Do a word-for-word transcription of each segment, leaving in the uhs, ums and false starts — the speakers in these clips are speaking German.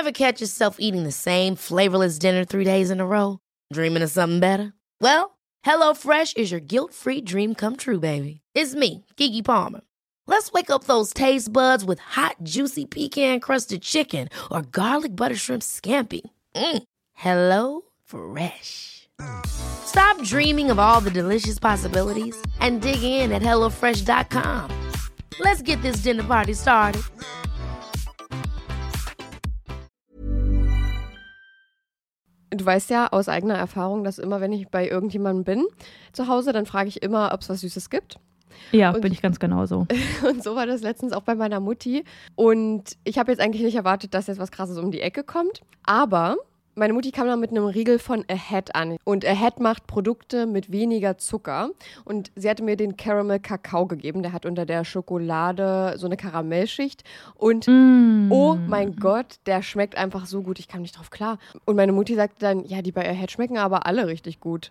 Ever catch yourself eating the same flavorless dinner three days in a row? Dreaming of something better? Well, HelloFresh is your guilt-free dream come true, baby. It's me, Keke Palmer. Let's wake up those taste buds with hot, juicy pecan-crusted chicken or garlic butter shrimp scampi. Mm. Hello Fresh. Stop dreaming of all the delicious possibilities and dig in at hello fresh dot com. Let's get this dinner party started. Du weißt ja aus eigener Erfahrung, dass immer, wenn ich bei irgendjemandem bin zu Hause, dann frage ich immer, ob es was Süßes gibt. Ja, und, bin ich ganz genauso. Und so war das letztens auch bei meiner Mutti. Und ich habe jetzt eigentlich nicht erwartet, dass jetzt was Krasses um die Ecke kommt. Aber meine Mutti kam dann mit einem Riegel von Ahead an. Und Ahead macht Produkte mit weniger Zucker. Und sie hatte mir den Caramel Kakao gegeben. Der hat unter der Schokolade so eine Karamellschicht. Und mm. oh mein Gott, der schmeckt einfach so gut. Ich kam nicht drauf klar. Und meine Mutti sagte dann, ja, die bei Ahead schmecken aber alle richtig gut.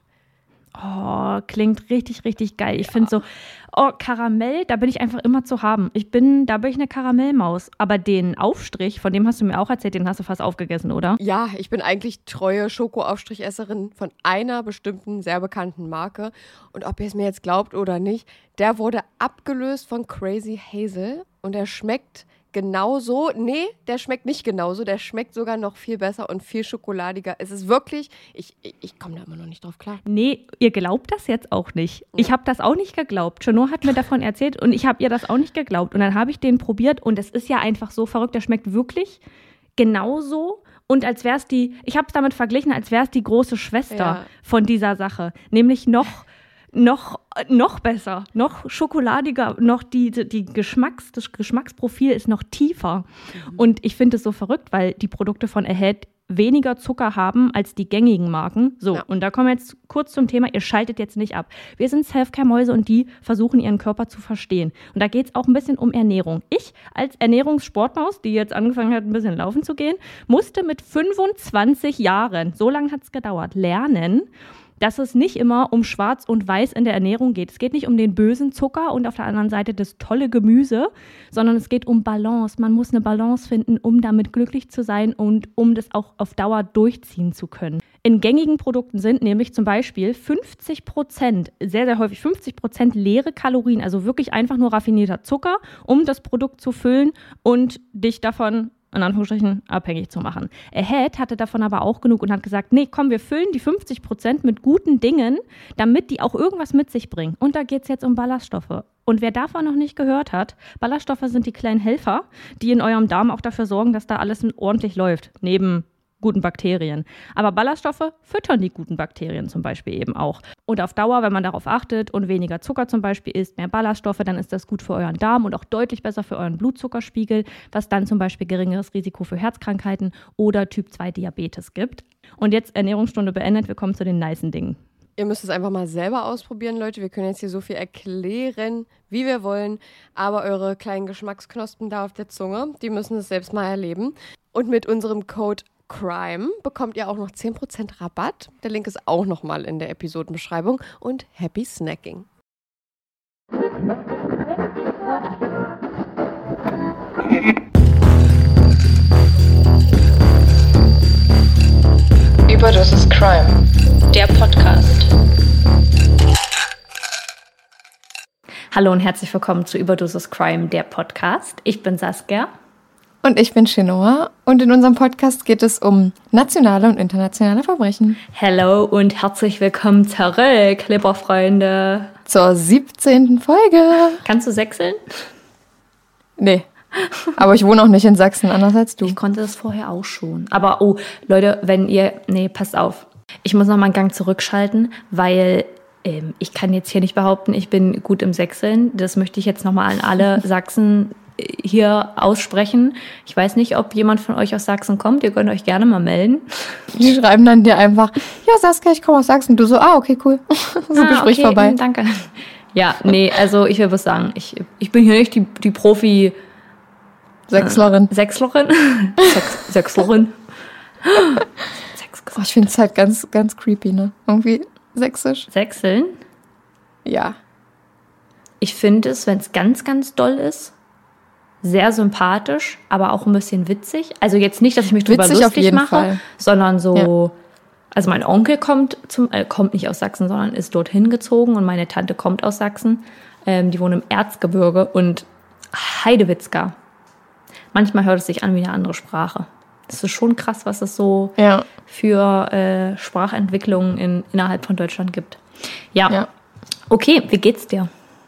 Oh, klingt richtig, richtig geil. Ich ja. finde so, oh, Karamell, da bin ich einfach immer zu haben. Ich bin, da bin ich eine Karamellmaus. Aber den Aufstrich, von dem hast du mir auch erzählt, den hast du fast aufgegessen, oder? Ja, ich bin eigentlich treue Schokoaufstrichesserin von einer bestimmten, sehr bekannten Marke. Und ob ihr es mir jetzt glaubt oder nicht, der wurde abgelöst von Crazy Hazel und der schmeckt genauso. Nee, der schmeckt nicht genauso. Der schmeckt sogar noch viel besser und viel schokoladiger. Es ist wirklich, ich, ich, ich komme da immer noch nicht drauf klar. Nee, ihr glaubt das jetzt auch nicht. Ich habe das auch nicht geglaubt. Chanot hat mir davon erzählt und ich habe ihr das auch nicht geglaubt. Und dann habe ich den probiert und es ist ja einfach so verrückt. Der schmeckt wirklich genauso. Und als wäre es die, ich habe es damit verglichen, als wäre es die große Schwester ja. von dieser Sache. Nämlich noch Noch, noch besser, noch schokoladiger, noch die, die Geschmacks, das Geschmacksprofil ist noch tiefer. Mhm. Und ich finde es so verrückt, weil die Produkte von Ahead weniger Zucker haben als die gängigen Marken. So, ja. Und da kommen wir jetzt kurz zum Thema, ihr schaltet jetzt nicht ab. Wir sind Selfcare-Mäuse und die versuchen, ihren Körper zu verstehen. Und da geht es auch ein bisschen um Ernährung. Ich als Ernährungssportmaus, die jetzt angefangen hat, ein bisschen laufen zu gehen, musste mit fünfundzwanzig Jahren, so lange hat es gedauert, lernen, dass es nicht immer um Schwarz und Weiß in der Ernährung geht. Es geht nicht um den bösen Zucker und auf der anderen Seite das tolle Gemüse, sondern es geht um Balance. Man muss eine Balance finden, um damit glücklich zu sein und um das auch auf Dauer durchziehen zu können. In gängigen Produkten sind nämlich zum Beispiel fünfzig Prozent, sehr, sehr häufig fünfzig Prozent leere Kalorien, also wirklich einfach nur raffinierter Zucker, um das Produkt zu füllen und dich davon in Anführungsstrichen abhängig zu machen. Ahead hatte davon aber auch genug und hat gesagt, nee, komm, wir füllen die fünfzig Prozent mit guten Dingen, damit die auch irgendwas mit sich bringen. Und da geht es jetzt um Ballaststoffe. Und wer davon noch nicht gehört hat, Ballaststoffe sind die kleinen Helfer, die in eurem Darm auch dafür sorgen, dass da alles ordentlich läuft, neben guten Bakterien. Aber Ballaststoffe füttern die guten Bakterien zum Beispiel eben auch. Und auf Dauer, wenn man darauf achtet und weniger Zucker zum Beispiel isst, mehr Ballaststoffe, dann ist das gut für euren Darm und auch deutlich besser für euren Blutzuckerspiegel, was dann zum Beispiel geringeres Risiko für Herzkrankheiten oder Typ zwei Diabetes gibt. Und jetzt Ernährungsstunde beendet, wir kommen zu den nicen Dingen. Ihr müsst es einfach mal selber ausprobieren, Leute. Wir können jetzt hier so viel erklären, wie wir wollen, aber eure kleinen Geschmacksknospen da auf der Zunge, die müssen es selbst mal erleben. Und mit unserem Code Crime bekommt ihr auch noch zehn Prozent Rabatt. Der Link ist auch nochmal in der Episodenbeschreibung. Und happy snacking. Überdosis Crime, der Podcast. Hallo und herzlich willkommen zu Überdosis Crime, der Podcast. Ich bin Saskia. Und ich bin Chanot und in unserem Podcast geht es um nationale und internationale Verbrechen. Hallo und herzlich willkommen zurück, liebe Freunde. Zur siebzehnten Folge. Kannst du sechseln? Nee, aber ich wohne auch nicht in Sachsen, anders als du. Ich konnte das vorher auch schon. Aber oh, Leute, wenn ihr, nee, passt auf. Ich muss noch mal einen Gang zurückschalten, weil ähm, ich kann jetzt hier nicht behaupten, ich bin gut im Sechseln. Das möchte ich jetzt noch mal an alle Sachsen hier aussprechen. Ich weiß nicht, ob jemand von euch aus Sachsen kommt. Ihr könnt euch gerne mal melden. Die schreiben dann dir einfach, ja Saskia, ich komme aus Sachsen. Du so, ah, okay, cool. So ah, Gespräch okay, vorbei. Danke. Ja, nee, also ich will was sagen. Ich, ich bin hier nicht die, die Profi- Sechslerin. Äh, Sechslerin? Sex, Sechslerin. Oh, ich finde es halt ganz, ganz creepy, ne? Irgendwie sächsisch. Sechseln? Ja. Ich finde es, wenn es ganz, ganz doll ist, sehr sympathisch, aber auch ein bisschen witzig. Also jetzt nicht, dass ich mich drüber Witzig auf lustig jeden mache, Fall. sondern so, Ja. also mein Onkel kommt zum, äh, kommt nicht aus Sachsen, sondern ist dorthin gezogen und meine Tante kommt aus Sachsen. Ähm, die wohnen im Erzgebirge und Heidewitzka. Manchmal hört es sich an wie eine andere Sprache. Das ist schon krass, was es so Ja. für äh, Sprachentwicklungen in, innerhalb von Deutschland gibt. Ja. Ja. Okay, wie geht's dir?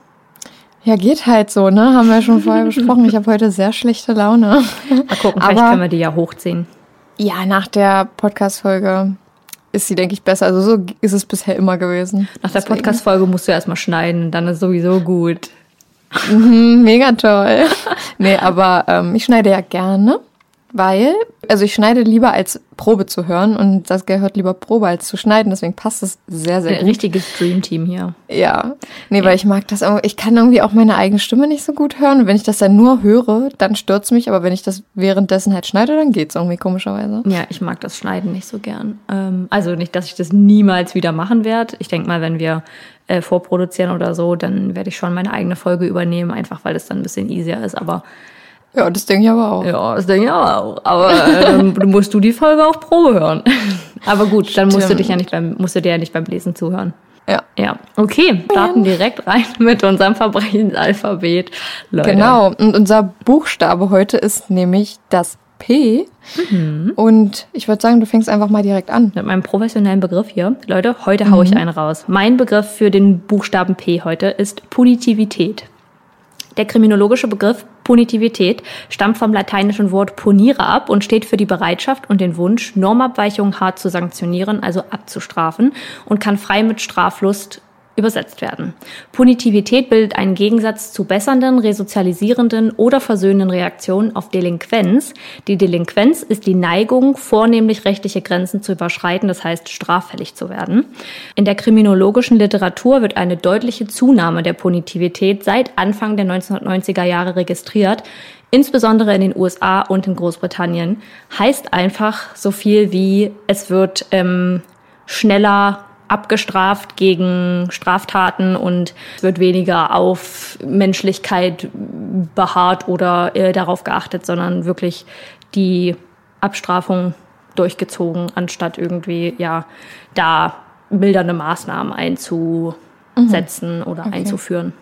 Ja, geht halt so, ne? Haben wir schon vorher besprochen. Ich habe heute sehr schlechte Laune. Mal gucken, vielleicht Aber- können wir die ja hochziehen. Ja, nach der Podcast-Folge ist sie, denke ich, besser. Also so ist es bisher immer gewesen. Nach der Deswegen. Podcast-Folge musst du erstmal schneiden, dann ist sowieso gut. Mhm, mega toll. Nee, aber ähm, ich schneide ja gerne, weil, also ich schneide lieber als Probe zu hören und das gehört lieber Probe als zu schneiden, deswegen passt es sehr, sehr Ein gut. richtiges Dream-Team hier. Ja, nee, weil ich mag das irgendwie, ich kann irgendwie auch meine eigene Stimme nicht so gut hören und wenn ich das dann nur höre, dann stört's mich, aber wenn ich das währenddessen halt schneide, dann geht's irgendwie komischerweise. Ja, ich mag das Schneiden nicht so gern. Ähm, also nicht, dass ich das niemals wieder machen werde. Ich denke mal, wenn wir äh, vorproduzieren oder so, dann werde ich schon meine eigene Folge übernehmen, einfach weil es dann ein bisschen easier ist. Aber Ja, das denke ich aber auch. ja, das denke ich auch. Aber ähm, du musst du die Folge auch Probe hören. Aber gut, dann musst du Stimmt. dich ja nicht beim, musst du dir ja nicht beim Lesen zuhören. Ja. Ja, okay, starten direkt rein mit unserem Verbrechensalphabet. Leute. Genau, und unser Buchstabe heute ist nämlich das P. Und ich würde sagen, du fängst einfach mal direkt an. Mit meinem professionellen Begriff hier. Leute, heute haue ich einen raus. Mein Begriff für den Buchstaben P heute ist Punitivität. Der kriminologische Begriff Punitivität stammt vom lateinischen Wort punire ab und steht für die Bereitschaft und den Wunsch, Normabweichungen hart zu sanktionieren, also abzustrafen, und kann frei mit Straflust übersetzt werden. Punitivität bildet einen Gegensatz zu bessernden, resozialisierenden oder versöhnenden Reaktionen auf Delinquenz. Die Delinquenz ist die Neigung, vornehmlich rechtliche Grenzen zu überschreiten, das heißt straffällig zu werden. In der kriminologischen Literatur wird eine deutliche Zunahme der Punitivität seit Anfang der neunzehnhundertneunziger Jahre registriert, insbesondere in den U S A und in Großbritannien. Heißt einfach so viel wie, es wird ähm, schneller abgestraft gegen Straftaten und es wird weniger auf Menschlichkeit beharrt oder äh, darauf geachtet, sondern wirklich die Abstrafung durchgezogen, anstatt irgendwie ja da mildernde Maßnahmen einzusetzen oder Okay. einzuführen.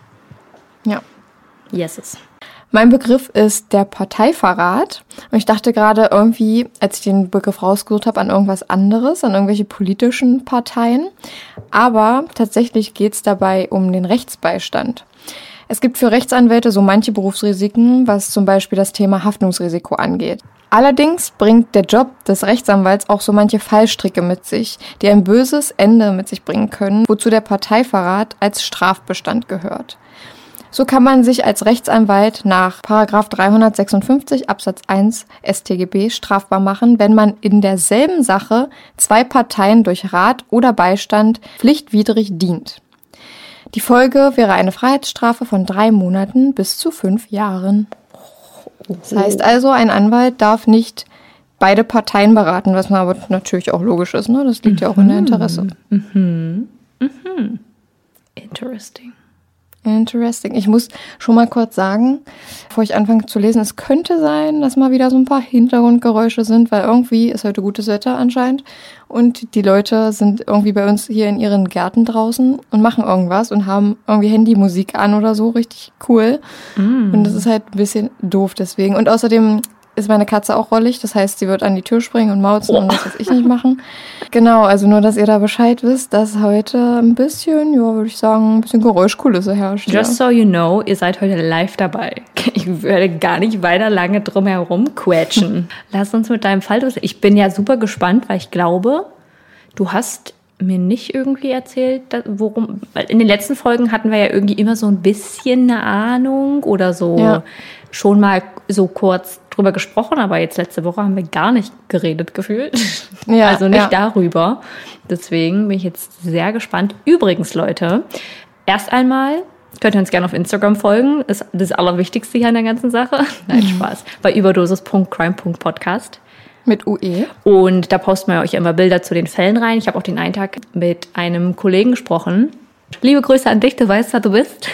Ja. Yeses. Mein Begriff ist der Parteiverrat. Und ich dachte gerade irgendwie, als ich den Begriff rausgesucht habe, an irgendwas anderes, an irgendwelche politischen Parteien. Aber tatsächlich geht es dabei um den Rechtsbeistand. Es gibt für Rechtsanwälte so manche Berufsrisiken, was zum Beispiel das Thema Haftungsrisiko angeht. Allerdings bringt der Job des Rechtsanwalts auch so manche Fallstricke mit sich, die ein böses Ende mit sich bringen können, wozu der Parteiverrat als Strafbestand gehört. So kann man sich als Rechtsanwalt nach Paragraph dreihundertsechsundfünfzig Absatz eins S t G B strafbar machen, wenn man in derselben Sache zwei Parteien durch Rat oder Beistand pflichtwidrig dient. Die Folge wäre eine Freiheitsstrafe von drei Monaten bis zu fünf Jahren. Das heißt also, ein Anwalt darf nicht beide Parteien beraten, was man aber natürlich auch logisch ist, ne? Das liegt ja auch in der Interesse. Interesting. Interesting. Ich muss schon mal kurz sagen, bevor ich anfange zu lesen, es könnte sein, dass mal wieder so ein paar Hintergrundgeräusche sind, weil irgendwie ist heute gutes Wetter anscheinend und die Leute sind irgendwie bei uns hier in ihren Gärten draußen und machen irgendwas und haben irgendwie Handymusik an oder so, richtig cool. Mm. Und das ist halt ein bisschen doof deswegen. Und außerdem ist meine Katze auch rollig, das heißt, sie wird an die Tür springen und mauzen oh. und das will ich nicht machen. Genau, also nur, dass ihr da Bescheid wisst, dass heute ein bisschen, ja, würde ich sagen, ein bisschen Geräuschkulisse herrscht. Just ja. so you know, ihr seid heute live dabei. Ich werde gar nicht weiter lange drum herum quetschen. Lass uns mit deinem Fall los. Ich bin ja super gespannt, weil ich glaube, du hast mir nicht irgendwie erzählt, worum, weil in den letzten Folgen hatten wir ja irgendwie immer so ein bisschen eine Ahnung oder so ja. schon mal so kurz drüber gesprochen, aber jetzt letzte Woche haben wir gar nicht geredet gefühlt. Ja, also nicht ja. darüber. Deswegen bin ich jetzt sehr gespannt. Übrigens, Leute, erst einmal könnt ihr uns gerne auf Instagram folgen. Das ist das Allerwichtigste hier an der ganzen Sache. Nein, Spaß. Bei überdosis punkt crime punkt podcast. Mit U E. Und da posten wir euch immer Bilder zu den Fällen rein. Ich habe auch den einen Tag mit einem Kollegen gesprochen. Liebe Grüße an dich, du weißt, wer du bist.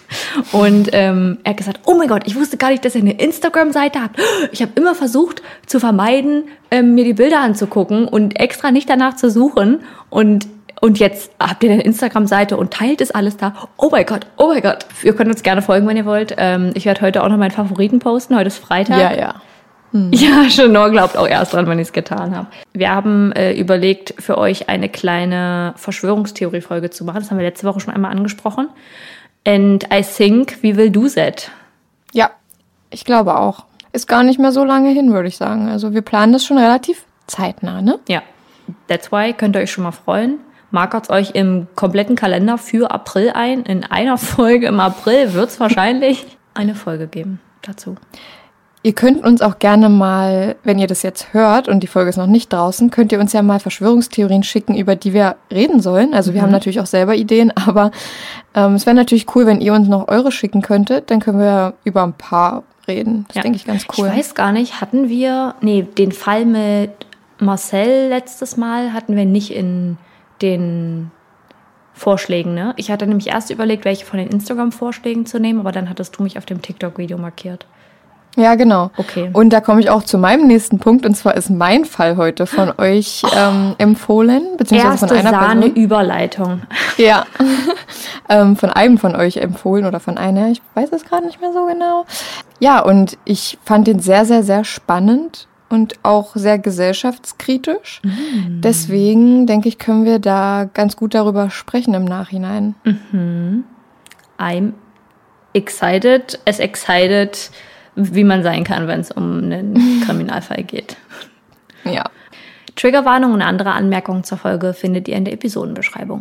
Und ähm, er hat gesagt, oh mein Gott, ich wusste gar nicht, dass ihr eine Instagram-Seite habt. Ich habe immer versucht zu vermeiden, ähm, mir die Bilder anzugucken und extra nicht danach zu suchen. Und, und jetzt habt ihr eine Instagram-Seite und teilt es alles da. Oh mein Gott, oh mein Gott. Ihr könnt uns gerne folgen, wenn ihr wollt. Ähm, ich werde heute auch noch meinen Favoriten posten. Heute ist Freitag. Ja, ja. Hm. Ja, Chanor glaubt auch erst dran, wenn ich es getan habe. Wir haben äh, überlegt, für euch eine kleine Verschwörungstheorie-Folge zu machen. Das haben wir letzte Woche schon einmal angesprochen. And I think we will do that. Ja, ich glaube auch. Ist gar nicht mehr so lange hin, würde ich sagen. Also wir planen das schon relativ zeitnah, ne? Ja, that's why. Könnt ihr euch schon mal freuen. Markert euch im kompletten Kalender für April ein. In einer Folge im April wird es wahrscheinlich eine Folge geben dazu. Ihr könnt uns auch gerne mal, wenn ihr das jetzt hört und die Folge ist noch nicht draußen, könnt ihr uns ja mal Verschwörungstheorien schicken, über die wir reden sollen. Also wir mhm. haben natürlich auch selber Ideen, aber ähm, es wäre natürlich cool, wenn ihr uns noch eure schicken könntet. Dann können wir über ein paar reden. Das ja. denke ich ganz cool. Ich weiß gar nicht, hatten wir, nee, den Fall mit Marcel letztes Mal hatten wir nicht in den Vorschlägen, ne? Ich hatte nämlich erst überlegt, welche von den Instagram-Vorschlägen zu nehmen, aber dann hattest du mich auf dem TikTok-Video markiert. Ja, genau. Okay. Und da komme ich auch zu meinem nächsten Punkt. Und zwar ist mein Fall heute von euch ähm, empfohlen. Beziehungsweise Erste von einer Sahne Person. Überleitung. Ja. ähm, von einem von euch empfohlen oder von einer. Ich weiß es gerade nicht mehr so genau. Ja, und ich fand den sehr, sehr, sehr spannend und auch sehr gesellschaftskritisch. Mm. Deswegen, denke ich, können wir da ganz gut darüber sprechen im Nachhinein. Mhm. I'm excited, as excited, wie man sein kann, wenn es um einen Kriminalfall geht. Ja. Triggerwarnung und andere Anmerkungen zur Folge findet ihr in der Episodenbeschreibung.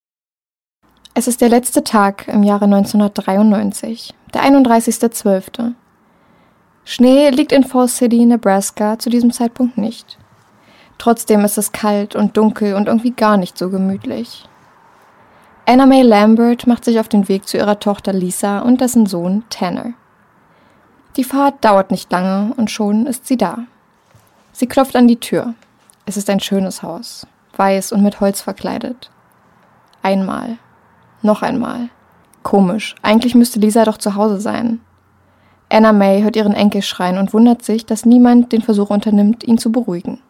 Es ist der letzte Tag im Jahre neunzehnhundertdreiundneunzig, der einunddreißigster zwölfte Schnee liegt in Falls City, Nebraska, zu diesem Zeitpunkt nicht. Trotzdem ist es kalt und dunkel und irgendwie gar nicht so gemütlich. Anna Mae Lambert macht sich auf den Weg zu ihrer Tochter Lisa und dessen Sohn Tanner. Die Fahrt dauert nicht lange und schon ist sie da. Sie klopft an die Tür. Es ist ein schönes Haus, weiß und mit Holz verkleidet. Einmal, noch einmal. Komisch, eigentlich müsste Lisa doch zu Hause sein. Anna Mae hört ihren Enkel schreien und wundert sich, dass niemand den Versuch unternimmt, ihn zu beruhigen.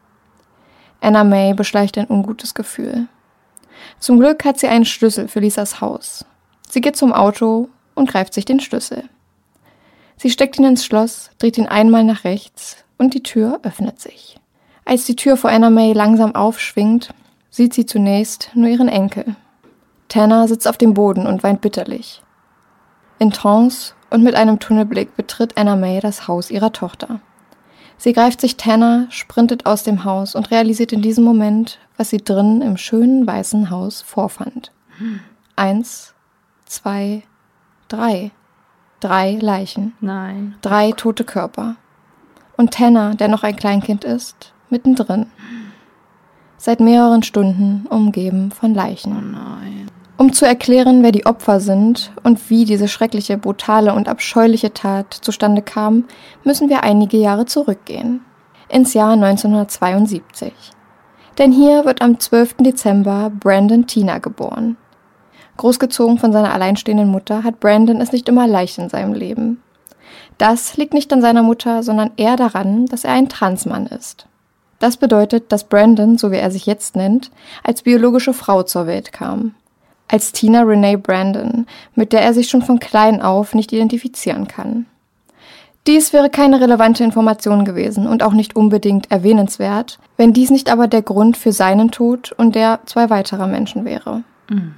Anna Mae beschleicht ein ungutes Gefühl. Zum Glück hat sie einen Schlüssel für Lisas Haus. Sie geht zum Auto und greift sich den Schlüssel. Sie steckt ihn ins Schloss, dreht ihn einmal nach rechts und die Tür öffnet sich. Als die Tür vor Anna Mae langsam aufschwingt, sieht sie zunächst nur ihren Enkel. Tanner sitzt auf dem Boden und weint bitterlich. In Trance und mit einem Tunnelblick betritt Anna Mae das Haus ihrer Tochter. Sie greift sich Tanner, sprintet aus dem Haus und realisiert in diesem Moment, was sie drin im schönen weißen Haus vorfand. Eins, zwei, drei. Drei Leichen. Nein. Drei tote Körper. Und Tanner, der noch ein Kleinkind ist, mittendrin. Seit mehreren Stunden umgeben von Leichen. Oh nein. Um zu erklären, wer die Opfer sind und wie diese schreckliche, brutale und abscheuliche Tat zustande kam, müssen wir einige Jahre zurückgehen. Ins Jahr neunzehnhundertzweiundsiebzig. Denn hier wird am zwölften Dezember Brandon Teena geboren. Großgezogen von seiner alleinstehenden Mutter hat Brandon es nicht immer leicht in seinem Leben. Das liegt nicht an seiner Mutter, sondern eher daran, dass er ein Transmann ist. Das bedeutet, dass Brandon, so wie er sich jetzt nennt, als biologische Frau zur Welt kam. Als Tina Renee Brandon, mit der er sich schon von klein auf nicht identifizieren kann. Dies wäre keine relevante Information gewesen und auch nicht unbedingt erwähnenswert, wenn dies nicht aber der Grund für seinen Tod und der zwei weiterer Menschen wäre. Mhm.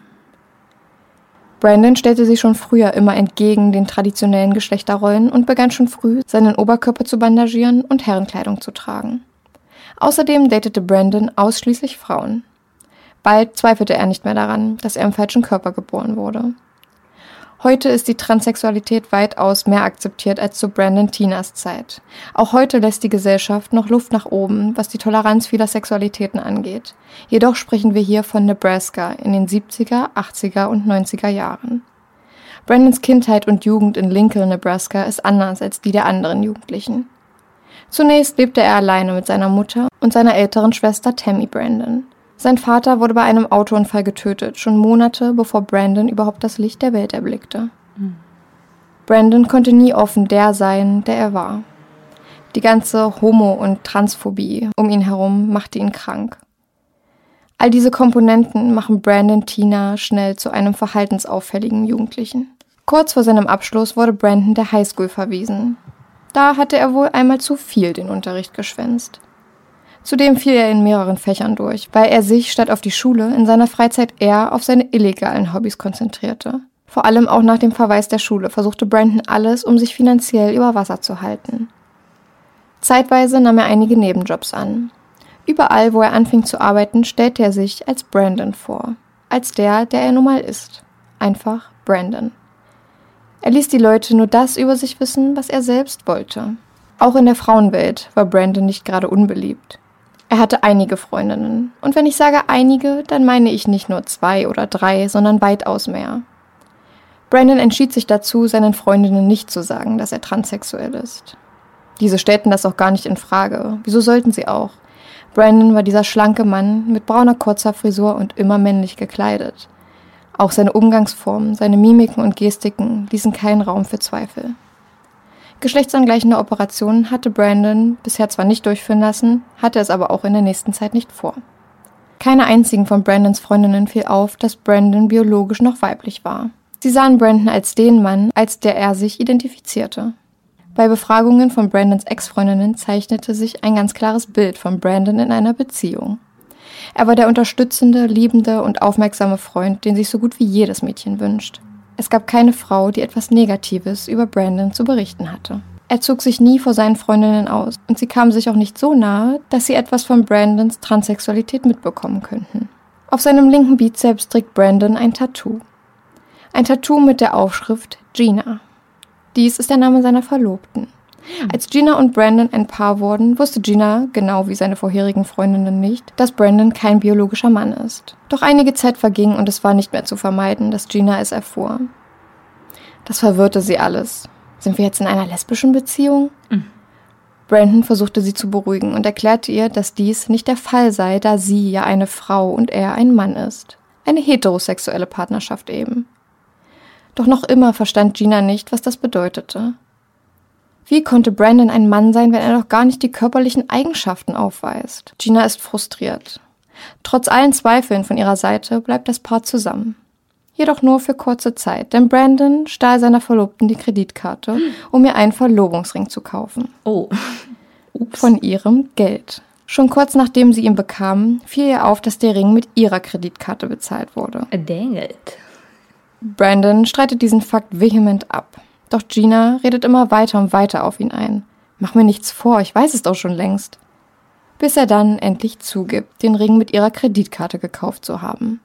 Brandon stellte sich schon früher immer entgegen den traditionellen Geschlechterrollen und begann schon früh, seinen Oberkörper zu bandagieren und Herrenkleidung zu tragen. Außerdem datete Brandon ausschließlich Frauen. Bald zweifelte er nicht mehr daran, dass er im falschen Körper geboren wurde. Heute ist die Transsexualität weitaus mehr akzeptiert als zu Brandon Teenas Zeit. Auch heute lässt die Gesellschaft noch Luft nach oben, was die Toleranz vieler Sexualitäten angeht. Jedoch sprechen wir hier von Nebraska in den siebziger, achtziger und neunziger Jahren. Brandons Kindheit und Jugend in Lincoln, Nebraska ist anders als die der anderen Jugendlichen. Zunächst lebte er alleine mit seiner Mutter und seiner älteren Schwester Tammy Brandon. Sein Vater wurde bei einem Autounfall getötet, schon Monate bevor Brandon überhaupt das Licht der Welt erblickte. Mhm. Brandon konnte nie offen der sein, der er war. Die ganze Homo- und Transphobie um ihn herum machte ihn krank. All diese Komponenten machen Brandon Tina schnell zu einem verhaltensauffälligen Jugendlichen. Kurz vor seinem Abschluss wurde Brandon der Highschool verwiesen. Da hatte er wohl einmal zu viel den Unterricht geschwänzt. Zudem fiel er in mehreren Fächern durch, weil er sich statt auf die Schule in seiner Freizeit eher auf seine illegalen Hobbys konzentrierte. Vor allem auch nach dem Verweis der Schule versuchte Brandon alles, um sich finanziell über Wasser zu halten. Zeitweise nahm er einige Nebenjobs an. Überall, wo er anfing zu arbeiten, stellte er sich als Brandon vor. Als der, der er nun mal ist. Einfach Brandon. Er ließ die Leute nur das über sich wissen, was er selbst wollte. Auch in der Frauenwelt war Brandon nicht gerade unbeliebt. Er hatte einige Freundinnen. Und wenn ich sage einige, dann meine ich nicht nur zwei oder drei, sondern weitaus mehr. Brandon entschied sich dazu, seinen Freundinnen nicht zu sagen, dass er transsexuell ist. Diese stellten das auch gar nicht in Frage. Wieso sollten sie auch? Brandon war dieser schlanke Mann mit brauner kurzer Frisur und immer männlich gekleidet. Auch seine Umgangsformen, seine Mimiken und Gestiken ließen keinen Raum für Zweifel. Geschlechtsangleichende Operationen hatte Brandon bisher zwar nicht durchführen lassen, hatte es aber auch in der nächsten Zeit nicht vor. Keiner einzigen von Brandons Freundinnen fiel auf, dass Brandon biologisch noch weiblich war. Sie sahen Brandon als den Mann, als der er sich identifizierte. Bei Befragungen von Brandons Ex-Freundinnen zeichnete sich ein ganz klares Bild von Brandon in einer Beziehung. Er war der unterstützende, liebende und aufmerksame Freund, den sich so gut wie jedes Mädchen wünscht. Es gab keine Frau, die etwas Negatives über Brandon zu berichten hatte. Er zog sich nie vor seinen Freundinnen aus und sie kamen sich auch nicht so nahe, dass sie etwas von Brandons Transsexualität mitbekommen könnten. Auf seinem linken Bizeps trägt Brandon ein Tattoo. Ein Tattoo mit der Aufschrift Gina. Dies ist der Name seiner Verlobten. Als Gina und Brandon ein Paar wurden, wusste Gina, genau wie seine vorherigen Freundinnen nicht, dass Brandon kein biologischer Mann ist. Doch einige Zeit verging und es war nicht mehr zu vermeiden, dass Gina es erfuhr. Das verwirrte sie alles. Sind wir jetzt in einer lesbischen Beziehung? Mhm. Brandon versuchte sie zu beruhigen und erklärte ihr, dass dies nicht der Fall sei, da sie ja eine Frau und er ein Mann ist. Eine heterosexuelle Partnerschaft eben. Doch noch immer verstand Gina nicht, was das bedeutete. Wie konnte Brandon ein Mann sein, wenn er doch gar nicht die körperlichen Eigenschaften aufweist? Gina ist frustriert. Trotz allen Zweifeln von ihrer Seite bleibt das Paar zusammen. Jedoch nur für kurze Zeit, denn Brandon stahl seiner Verlobten die Kreditkarte, um ihr einen Verlobungsring zu kaufen. Oh. Ups. Von ihrem Geld. Schon kurz nachdem sie ihn bekam, fiel ihr auf, dass der Ring mit ihrer Kreditkarte bezahlt wurde. Dang it. Brandon streitet diesen Fakt vehement ab. Doch Gina redet immer weiter und weiter auf ihn ein. Mach mir nichts vor, ich weiß es doch schon längst. Bis er dann endlich zugibt, den Ring mit ihrer Kreditkarte gekauft zu haben.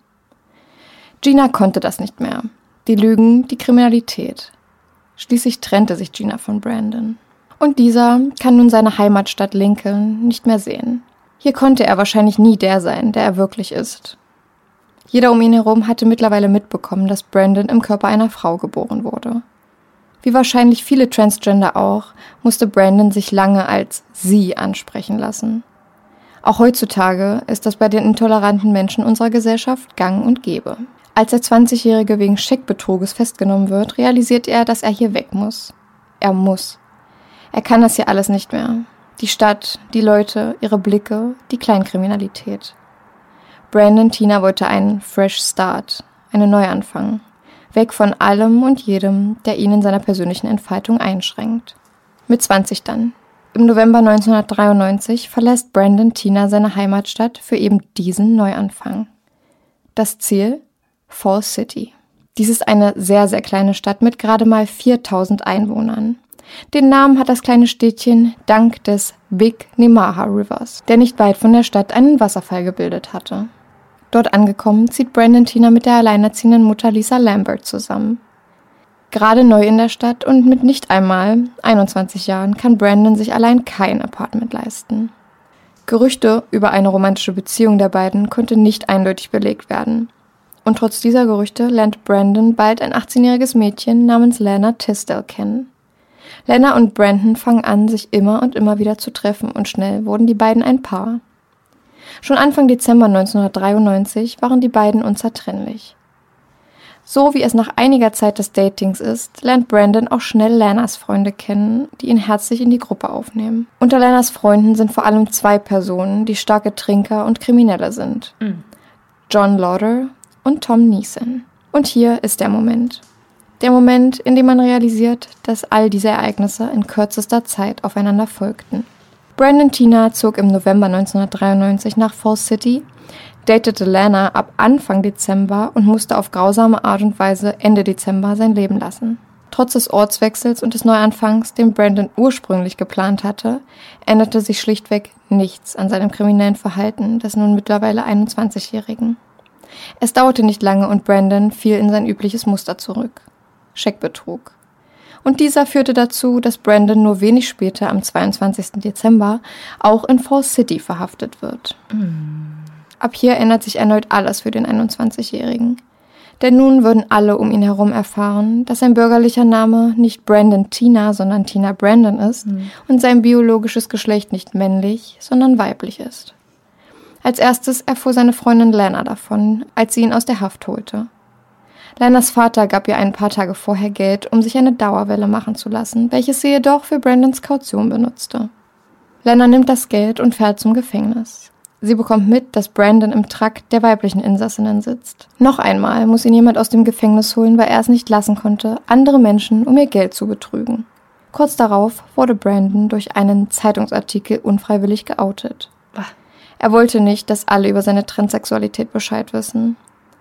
Gina konnte das nicht mehr. Die Lügen, die Kriminalität. Schließlich trennte sich Gina von Brandon. Und dieser kann nun seine Heimatstadt Lincoln nicht mehr sehen. Hier konnte er wahrscheinlich nie der sein, der er wirklich ist. Jeder um ihn herum hatte mittlerweile mitbekommen, dass Brandon im Körper einer Frau geboren wurde. Wie wahrscheinlich viele Transgender auch, musste Brandon sich lange als sie ansprechen lassen. Auch heutzutage ist das bei den intoleranten Menschen unserer Gesellschaft gang und gäbe. Als der zwanzigjährige wegen Scheckbetruges festgenommen wird, realisiert er, dass er hier weg muss. Er muss. Er kann das hier alles nicht mehr. Die Stadt, die Leute, ihre Blicke, die Kleinkriminalität. Brandon Tina wollte einen Fresh Start, einen Neuanfang. Weg von allem und jedem, der ihn in seiner persönlichen Entfaltung einschränkt. Mit zwanzig dann. Im November neunzehnhundertdreiundneunzig verlässt Brandon Tina seine Heimatstadt für eben diesen Neuanfang. Das Ziel? Fall City. Dies ist eine sehr, sehr kleine Stadt mit gerade mal viertausend Einwohnern. Den Namen hat das kleine Städtchen dank des Big Nemaha Rivers, der nicht weit von der Stadt einen Wasserfall gebildet hatte. Dort angekommen, zieht Brandon Tina mit der alleinerziehenden Mutter Lisa Lambert zusammen. Gerade neu in der Stadt und mit nicht einmal einundzwanzig Jahren kann Brandon sich allein kein Apartment leisten. Gerüchte über eine romantische Beziehung der beiden konnte nicht eindeutig belegt werden. Und trotz dieser Gerüchte lernt Brandon bald ein achtzehnjähriges Mädchen namens Lana Tisdale kennen. Lana und Brandon fangen an, sich immer und immer wieder zu treffen und schnell wurden die beiden ein Paar. Schon Anfang Dezember neunzehnhundertdreiundneunzig waren die beiden unzertrennlich. So wie es nach einiger Zeit des Datings ist, lernt Brandon auch schnell Lanas Freunde kennen, die ihn herzlich in die Gruppe aufnehmen. Unter Lanas Freunden sind vor allem zwei Personen, die starke Trinker und Kriminelle sind. Mhm. John Lauder und Tom Neeson. Und hier ist der Moment. Der Moment, in dem man realisiert, dass all diese Ereignisse in kürzester Zeit aufeinander folgten. Brandon Teena zog im November neunzehnhundertdreiundneunzig nach Falls City, datete Lana ab Anfang Dezember und musste auf grausame Art und Weise Ende Dezember sein Leben lassen. Trotz des Ortswechsels und des Neuanfangs, den Brandon ursprünglich geplant hatte, änderte sich schlichtweg nichts an seinem kriminellen Verhalten des nun mittlerweile einundzwanzigjährigen. Es dauerte nicht lange und Brandon fiel in sein übliches Muster zurück. Scheckbetrug. Und dieser führte dazu, dass Brandon nur wenig später, am zweiundzwanzigsten Dezember, auch in Falls City verhaftet wird. Mm. Ab hier ändert sich erneut alles für den einundzwanzigjährigen. Denn nun würden alle um ihn herum erfahren, dass sein bürgerlicher Name nicht Brandon Teena, sondern Teena Brandon ist mm. und sein biologisches Geschlecht nicht männlich, sondern weiblich ist. Als erstes erfuhr seine Freundin Lana davon, als sie ihn aus der Haft holte. Lanas Vater gab ihr ein paar Tage vorher Geld, um sich eine Dauerwelle machen zu lassen, welches sie jedoch für Brandons Kaution benutzte. Lana nimmt das Geld und fährt zum Gefängnis. Sie bekommt mit, dass Brandon im Trakt der weiblichen Insassinnen sitzt. Noch einmal muss ihn jemand aus dem Gefängnis holen, weil er es nicht lassen konnte, andere Menschen um ihr Geld zu betrügen. Kurz darauf wurde Brandon durch einen Zeitungsartikel unfreiwillig geoutet. Er wollte nicht, dass alle über seine Transsexualität Bescheid wissen.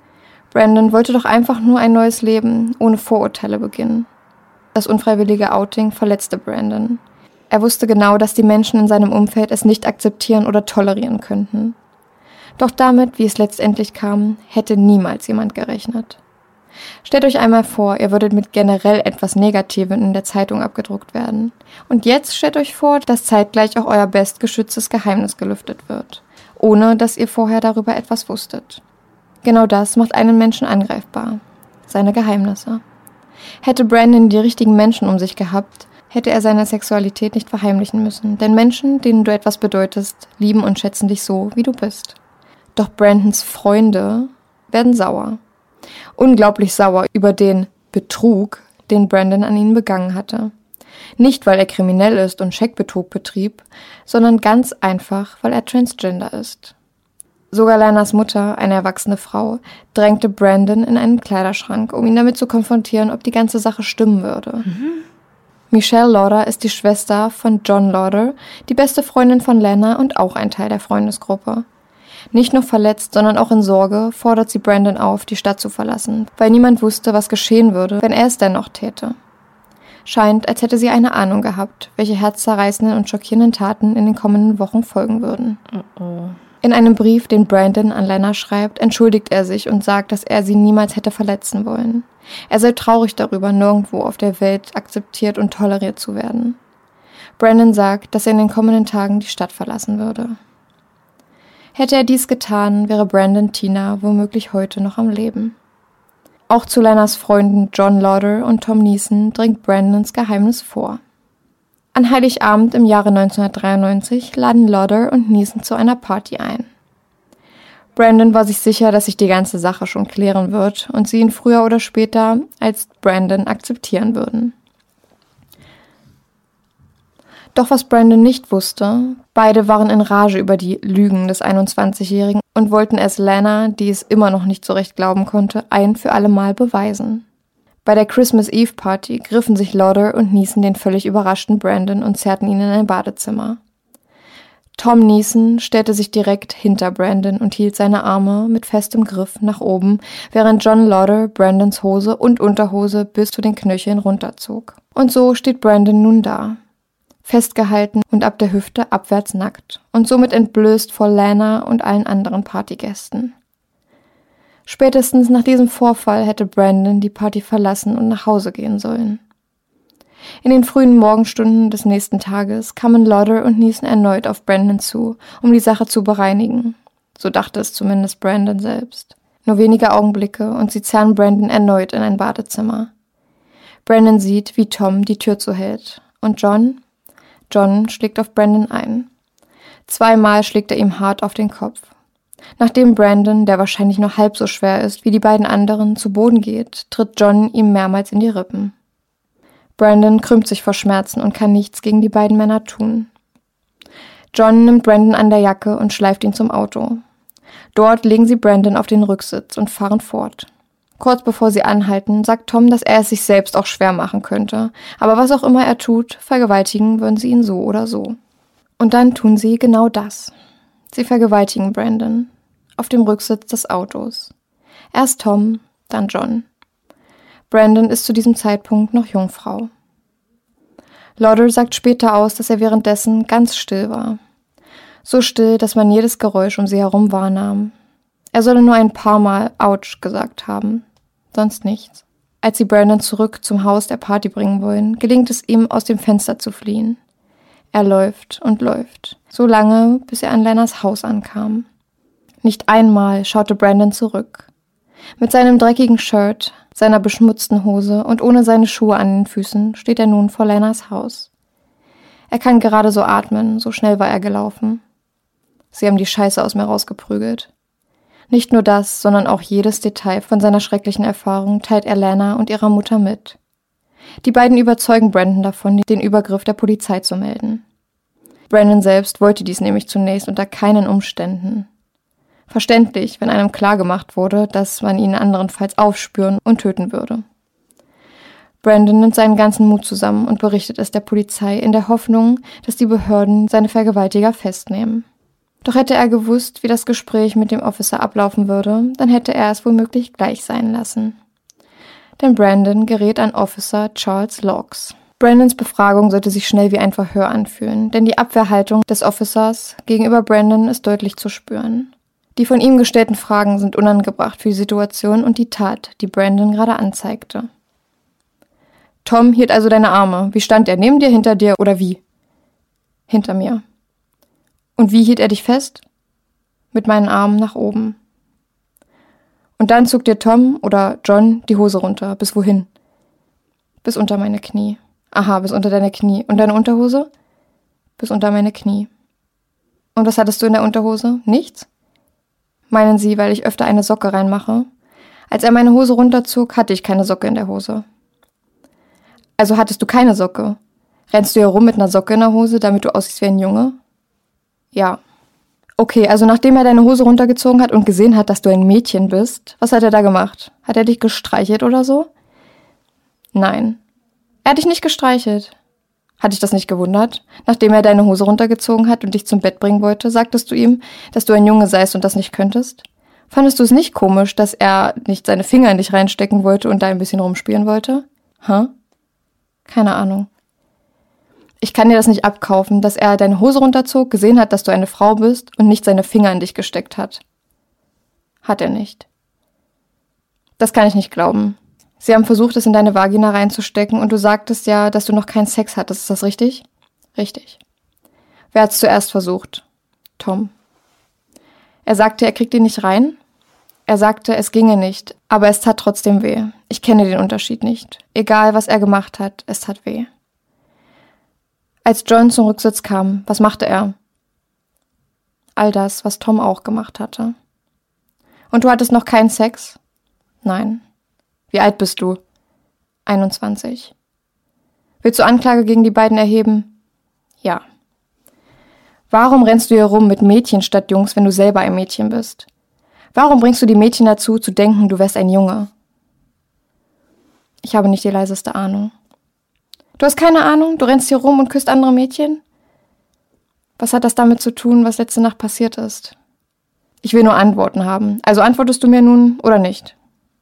Brandon wollte doch einfach nur ein neues Leben, ohne Vorurteile beginnen. Das unfreiwillige Outing verletzte Brandon. Er wusste genau, dass die Menschen in seinem Umfeld es nicht akzeptieren oder tolerieren könnten. Doch damit, wie es letztendlich kam, hätte niemals jemand gerechnet. Stellt euch einmal vor, ihr würdet mit generell etwas Negativem in der Zeitung abgedruckt werden. Und jetzt stellt euch vor, dass zeitgleich auch euer bestgeschütztes Geheimnis gelüftet wird, ohne dass ihr vorher darüber etwas wusstet. Genau das macht einen Menschen angreifbar. Seine Geheimnisse. Hätte Brandon die richtigen Menschen um sich gehabt, hätte er seine Sexualität nicht verheimlichen müssen. Denn Menschen, denen du etwas bedeutest, lieben und schätzen dich so, wie du bist. Doch Brandons Freunde werden sauer. Unglaublich sauer über den Betrug, den Brandon an ihnen begangen hatte. Nicht, weil er kriminell ist und Scheckbetrug betrieb, sondern ganz einfach, weil er transgender ist. Sogar Lanas Mutter, eine erwachsene Frau, drängte Brandon in einen Kleiderschrank, um ihn damit zu konfrontieren, ob die ganze Sache stimmen würde. Mhm. Michelle Lauder ist die Schwester von John Lauder, die beste Freundin von Lana und auch ein Teil der Freundesgruppe. Nicht nur verletzt, sondern auch in Sorge fordert sie Brandon auf, die Stadt zu verlassen, weil niemand wusste, was geschehen würde, wenn er es dennoch täte. Scheint, als hätte sie eine Ahnung gehabt, welche herzzerreißenden und schockierenden Taten in den kommenden Wochen folgen würden. Oh oh. In einem Brief, den Brandon an Lana schreibt, entschuldigt er sich und sagt, dass er sie niemals hätte verletzen wollen. Er sei traurig darüber, nirgendwo auf der Welt akzeptiert und toleriert zu werden. Brandon sagt, dass er in den kommenden Tagen die Stadt verlassen würde. Hätte er dies getan, wäre Brandon Teena womöglich heute noch am Leben. Auch zu Lanas Freunden John Lauder und Tom Neeson dringt Brandons Geheimnis vor. An Heiligabend im Jahre neunzehnhundertdreiundneunzig laden Lauder und Neeson zu einer Party ein. Brandon war sich sicher, dass sich die ganze Sache schon klären wird und sie ihn früher oder später als Brandon akzeptieren würden. Doch was Brandon nicht wusste, beide waren in Rage über die Lügen des einundzwanzigjährigen und wollten es Lana, die es immer noch nicht so recht glauben konnte, ein für alle Mal beweisen. Bei der Christmas Eve Party griffen sich Lauder und Neeson den völlig überraschten Brandon und zerrten ihn in ein Badezimmer. Tom Neeson stellte sich direkt hinter Brandon und hielt seine Arme mit festem Griff nach oben, während John Lauder Brandons Hose und Unterhose bis zu den Knöcheln runterzog. Und so steht Brandon nun da, festgehalten und ab der Hüfte abwärts nackt und somit entblößt vor Lana und allen anderen Partygästen. Spätestens nach diesem Vorfall hätte Brandon die Party verlassen und nach Hause gehen sollen. In den frühen Morgenstunden des nächsten Tages kamen Lauder und Neeson erneut auf Brandon zu, um die Sache zu bereinigen. So dachte es zumindest Brandon selbst. Nur wenige Augenblicke und sie zerren Brandon erneut in ein Badezimmer. Brandon sieht, wie Tom die Tür zuhält. Und John? John schlägt auf Brandon ein. Zweimal schlägt er ihm hart auf den Kopf. Nachdem Brandon, der wahrscheinlich noch halb so schwer ist wie die beiden anderen, zu Boden geht, tritt John ihm mehrmals in die Rippen. Brandon krümmt sich vor Schmerzen und kann nichts gegen die beiden Männer tun. John nimmt Brandon an der Jacke und schleift ihn zum Auto. Dort legen sie Brandon auf den Rücksitz und fahren fort. Kurz bevor sie anhalten, sagt Tom, dass er es sich selbst auch schwer machen könnte. Aber was auch immer er tut, vergewaltigen würden sie ihn so oder so. Und dann tun sie genau das. Sie vergewaltigen Brandon auf dem Rücksitz des Autos. Erst Tom, dann John. Brandon ist zu diesem Zeitpunkt noch Jungfrau. Lauder sagt später aus, dass er währenddessen ganz still war. So still, dass man jedes Geräusch um sie herum wahrnahm. Er solle nur ein paar Mal Autsch gesagt haben, sonst nichts. Als sie Brandon zurück zum Haus der Party bringen wollen, gelingt es ihm, aus dem Fenster zu fliehen. Er läuft und läuft, so lange, bis er an Lenas Haus ankam. Nicht einmal schaute Brandon zurück. Mit seinem dreckigen Shirt, seiner beschmutzten Hose und ohne seine Schuhe an den Füßen steht er nun vor Lenas Haus. Er kann gerade so atmen, so schnell war er gelaufen. Sie haben die Scheiße aus mir rausgeprügelt. Nicht nur das, sondern auch jedes Detail von seiner schrecklichen Erfahrung teilt er Lana und ihrer Mutter mit. Die beiden überzeugen Brandon davon, den Übergriff der Polizei zu melden. Brandon selbst wollte dies nämlich zunächst unter keinen Umständen. Verständlich, wenn einem klargemacht wurde, dass man ihn anderenfalls aufspüren und töten würde. Brandon nimmt seinen ganzen Mut zusammen und berichtet es der Polizei in der Hoffnung, dass die Behörden seine Vergewaltiger festnehmen. Doch hätte er gewusst, wie das Gespräch mit dem Officer ablaufen würde, dann hätte er es womöglich gleich sein lassen. Denn Brandon gerät an Officer Charles Laux. Brandons Befragung sollte sich schnell wie ein Verhör anfühlen, denn die Abwehrhaltung des Officers gegenüber Brandon ist deutlich zu spüren. Die von ihm gestellten Fragen sind unangebracht für die Situation und die Tat, die Brandon gerade anzeigte. Tom hielt also deine Arme. Wie stand er? Neben dir, hinter dir oder wie? Hinter mir. Und wie hielt er dich fest? Mit meinen Armen nach oben. Und dann zog dir Tom oder John die Hose runter. Bis wohin? Bis unter meine Knie. Aha, bis unter deine Knie. Und deine Unterhose? Bis unter meine Knie. Und was hattest du in der Unterhose? Nichts? Meinen Sie, weil ich öfter eine Socke reinmache? Als er meine Hose runterzog, hatte ich keine Socke in der Hose. Also hattest du keine Socke? Rennst du hier rum mit einer Socke in der Hose, damit du aussiehst wie ein Junge? Ja. Okay, also nachdem er deine Hose runtergezogen hat und gesehen hat, dass du ein Mädchen bist, was hat er da gemacht? Hat er dich gestreichelt oder so? Nein. Er hat dich nicht gestreichelt. Hat dich das nicht gewundert? Nachdem er deine Hose runtergezogen hat und dich zum Bett bringen wollte, sagtest du ihm, dass du ein Junge seist und das nicht könntest? Fandest du es nicht komisch, dass er nicht seine Finger in dich reinstecken wollte und da ein bisschen rumspielen wollte? Hä? Keine Ahnung. Ich kann dir das nicht abkaufen, dass er deine Hose runterzog, gesehen hat, dass du eine Frau bist und nicht seine Finger in dich gesteckt hat. Hat er nicht. Das kann ich nicht glauben. Sie haben versucht, es in deine Vagina reinzustecken und du sagtest ja, dass du noch keinen Sex hattest. Ist das richtig? Richtig. Wer hat es zuerst versucht? Tom. Er sagte, er kriegt ihn nicht rein. Er sagte, es ginge nicht, aber es tat trotzdem weh. Ich kenne den Unterschied nicht. Egal, was er gemacht hat, es tat weh. Als John zum Rücksitz kam, was machte er? All das, was Tom auch gemacht hatte. Und du hattest noch keinen Sex? Nein. Wie alt bist du? einundzwanzig. Willst du Anklage gegen die beiden erheben? Ja. Warum rennst du hier rum mit Mädchen statt Jungs, wenn du selber ein Mädchen bist? Warum bringst du die Mädchen dazu, zu denken, du wärst ein Junge? Ich habe nicht die leiseste Ahnung. Du hast keine Ahnung? Du rennst hier rum und küsst andere Mädchen? Was hat das damit zu tun, was letzte Nacht passiert ist? Ich will nur Antworten haben. Also antwortest du mir nun oder nicht?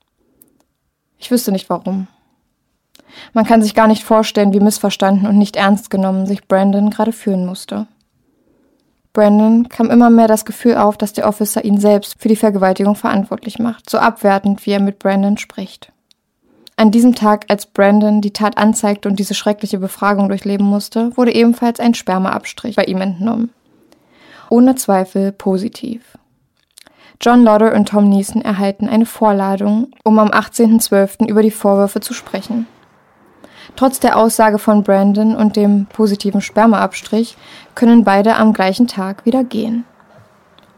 Ich wüsste nicht warum. Man kann sich gar nicht vorstellen, wie missverstanden und nicht ernst genommen sich Brandon gerade fühlen musste. Brandon kam immer mehr das Gefühl auf, dass der Officer ihn selbst für die Vergewaltigung verantwortlich macht, so abwertend, wie er mit Brandon spricht. An diesem Tag, als Brandon die Tat anzeigte und diese schreckliche Befragung durchleben musste, wurde ebenfalls ein Spermaabstrich bei ihm entnommen. Ohne Zweifel positiv. John Lauder und Tom Neeson erhalten eine Vorladung, um am achtzehnten zwölften über die Vorwürfe zu sprechen. Trotz der Aussage von Brandon und dem positiven Spermaabstrich können beide am gleichen Tag wieder gehen.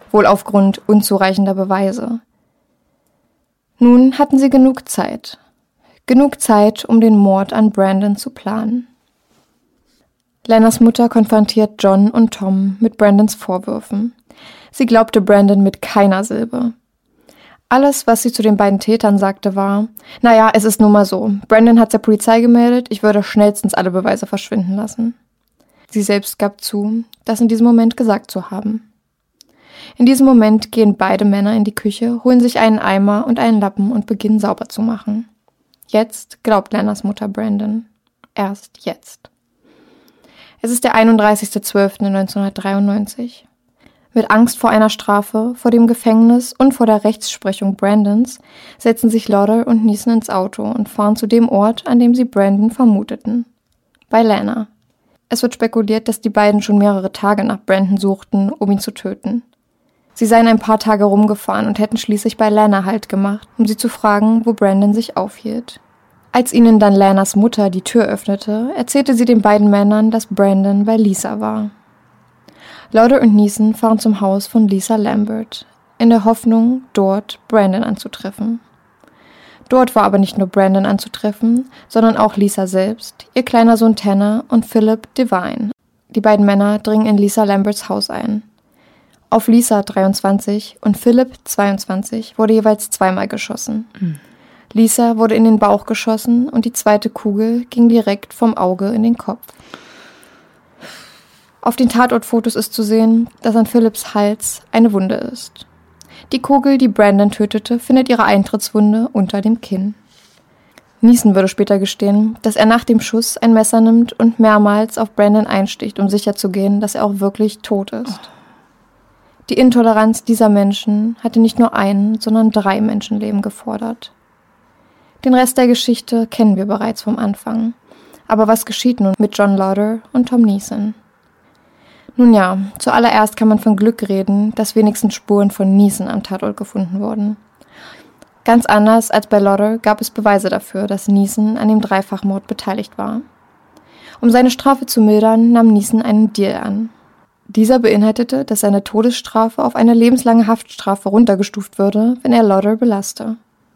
wohl aufgrund unzureichender Beweise. Nun hatten sie genug Zeit. Genug Zeit, um den Mord an Brandon zu planen. Lenas Mutter konfrontiert John und Tom mit Brandons Vorwürfen. Sie glaubte Brandon mit keiner Silbe. Alles, was sie zu den beiden Tätern sagte, war, naja, es ist nun mal so. Brandon hat's der Polizei gemeldet, ich würde schnellstens alle Beweise verschwinden lassen. Sie selbst gab zu, das in diesem Moment gesagt zu haben. In diesem Moment gehen beide Männer in die Küche, holen sich einen Eimer und einen Lappen und beginnen sauber zu machen. Jetzt glaubt Lenas Mutter Brandon. Erst jetzt. Es ist der einunddreißigster zwölfter neunzehnhundertdreiundneunzig. Mit Angst vor einer Strafe, vor dem Gefängnis und vor der Rechtsprechung Brandons setzen sich Lauder und Neeson ins Auto und fahren zu dem Ort, an dem sie Brandon vermuteten. Bei Lana. Es wird spekuliert, dass die beiden schon mehrere Tage nach Brandon suchten, um ihn zu töten. Sie seien ein paar Tage rumgefahren und hätten schließlich bei Lana Halt gemacht, um sie zu fragen, wo Brandon sich aufhielt. Als ihnen dann Lanas Mutter die Tür öffnete, erzählte sie den beiden Männern, dass Brandon bei Lisa war. Lauder und Neeson fahren zum Haus von Lisa Lambert, in der Hoffnung, dort Brandon anzutreffen. Dort war aber nicht nur Brandon anzutreffen, sondern auch Lisa selbst, ihr kleiner Sohn Tanner und Philip Devine. Die beiden Männer dringen in Lisa Lamberts Haus ein. Auf Lisa dreiundzwanzig und Philip zweiundzwanzig wurde jeweils zweimal geschossen. Mhm. Lisa wurde in den Bauch geschossen und die zweite Kugel ging direkt vom Auge in den Kopf. Auf den Tatortfotos ist zu sehen, dass an Philips Hals eine Wunde ist. Die Kugel, die Brandon tötete, findet ihre Eintrittswunde unter dem Kinn. Neeson würde später gestehen, dass er nach dem Schuss ein Messer nimmt und mehrmals auf Brandon einsticht, um sicherzugehen, dass er auch wirklich tot ist. Die Intoleranz dieser Menschen hatte nicht nur ein, sondern drei Menschenleben gefordert. Den Rest der Geschichte kennen wir bereits vom Anfang. Aber was geschieht nun mit John Lauder und Tom Neeson? Nun ja, zuallererst kann man von Glück reden, dass wenigstens Spuren von Neeson am Tatort gefunden wurden. Ganz anders als bei Lauder gab es Beweise dafür, dass Neeson an dem Dreifachmord beteiligt war. Um seine Strafe zu mildern, nahm Neeson einen Deal an. Dieser beinhaltete, dass seine Todesstrafe auf eine lebenslange Haftstrafe runtergestuft würde, wenn er Lauder belaste.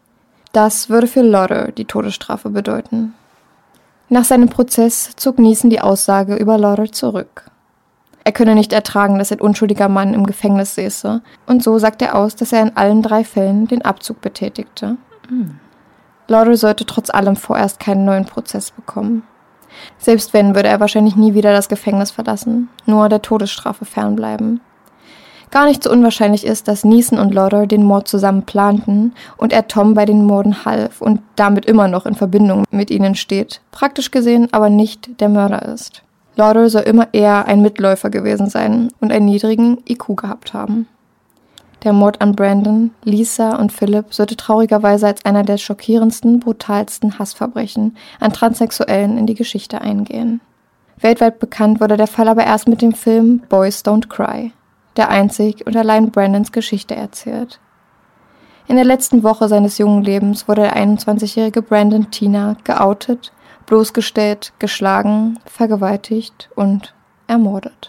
Das würde für Lauder die Todesstrafe bedeuten. Nach seinem Prozess zog Neeson die Aussage über Lauder zurück. Er könne nicht ertragen, dass ein unschuldiger Mann im Gefängnis säße, und so sagt er aus, dass er in allen drei Fällen den Abzug betätigte. Mhm. Lauder sollte trotz allem vorerst keinen neuen Prozess bekommen. Selbst wenn, würde er wahrscheinlich nie wieder das Gefängnis verlassen, nur der Todesstrafe fernbleiben. Gar nicht so unwahrscheinlich ist, dass Neeson und Lauder den Mord zusammen planten und er Tom bei den Morden half und damit immer noch in Verbindung mit ihnen steht, praktisch gesehen aber nicht der Mörder ist. Lauder soll immer eher ein Mitläufer gewesen sein und einen niedrigen I Q gehabt haben. Der Mord an Brandon, Lisa und Philip sollte traurigerweise als einer der schockierendsten, brutalsten Hassverbrechen an Transsexuellen in die Geschichte eingehen. Weltweit bekannt wurde der Fall aber erst mit dem Film Boys Don't Cry, der einzig und allein Brandons Geschichte erzählt. In der letzten Woche seines jungen Lebens wurde der einundzwanzigjährige Brandon Teena geoutet, bloßgestellt, geschlagen, vergewaltigt und ermordet.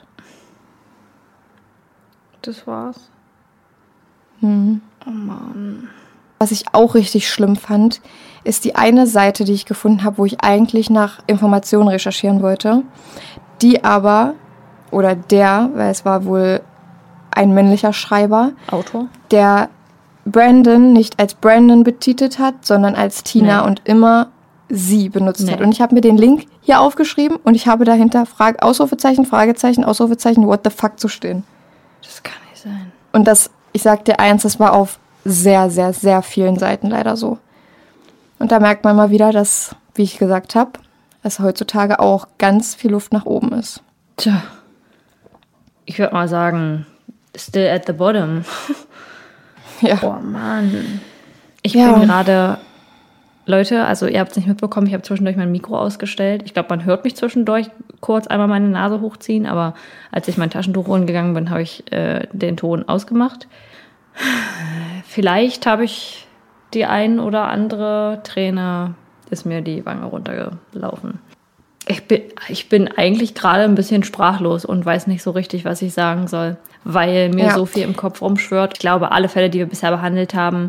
Das war's. Hm. Oh Mann. Was ich auch richtig schlimm fand, ist die eine Seite, die ich gefunden habe, wo ich eigentlich nach Informationen recherchieren wollte, die aber, oder der, weil es war wohl ein männlicher Schreiber, Autor, der Brandon nicht als Brandon betitelt hat, sondern als Teena nee. und immer sie benutzt nee. hat. Und ich habe mir den Link hier aufgeschrieben und ich habe dahinter Frage, Ausrufezeichen, Fragezeichen, Ausrufezeichen, what the fuck zu stehen. Das kann nicht sein. Und das, ich sag dir eins, das war auf sehr, sehr, sehr vielen Seiten leider so. Und da merkt man mal wieder, dass, wie ich gesagt habe, es heutzutage auch ganz viel Luft nach oben ist. Tja, ich würde mal sagen, still at the bottom. Ja. Oh Mann. Ich ja. bin gerade, Leute, also ihr habt es nicht mitbekommen, ich habe zwischendurch mein Mikro ausgestellt. Ich glaube, man hört mich zwischendurch kurz einmal meine Nase hochziehen, aber als ich mein Taschentuch holen gegangen bin, habe ich äh, den Ton ausgemacht. Vielleicht habe ich die ein oder andere Träne, ist mir die Wange runtergelaufen. Ich bin, ich bin eigentlich gerade ein bisschen sprachlos und weiß nicht so richtig, was ich sagen soll, weil mir Ja. so viel im Kopf rumschwirrt. Ich glaube, alle Fälle, die wir bisher behandelt haben,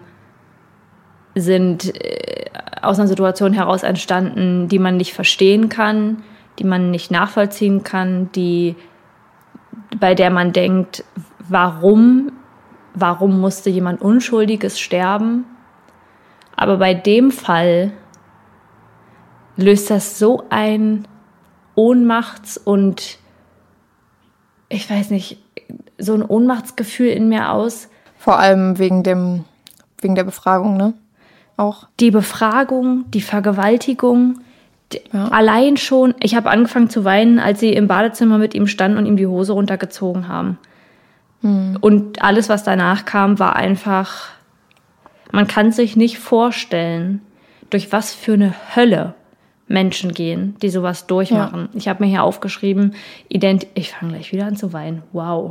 sind äh, aus einer Situation heraus entstanden, die man nicht verstehen kann, die man nicht nachvollziehen kann, die, bei der man denkt, warum, warum musste jemand Unschuldiges sterben? Aber bei dem Fall löst das so ein Ohnmachts- und ich weiß nicht, so ein Ohnmachtsgefühl in mir aus. Vor allem wegen dem, wegen der Befragung, ne? Auch. Die Befragung, die Vergewaltigung, die, Ja. allein schon, ich habe angefangen zu weinen, als sie im Badezimmer mit ihm standen und ihm die Hose runtergezogen haben. Hm. Und alles, was danach kam, war einfach, man kann sich nicht vorstellen, durch was für eine Hölle Menschen gehen, die sowas durchmachen. Ja. Ich habe mir hier aufgeschrieben, ident- ich fange gleich wieder an zu weinen, wow.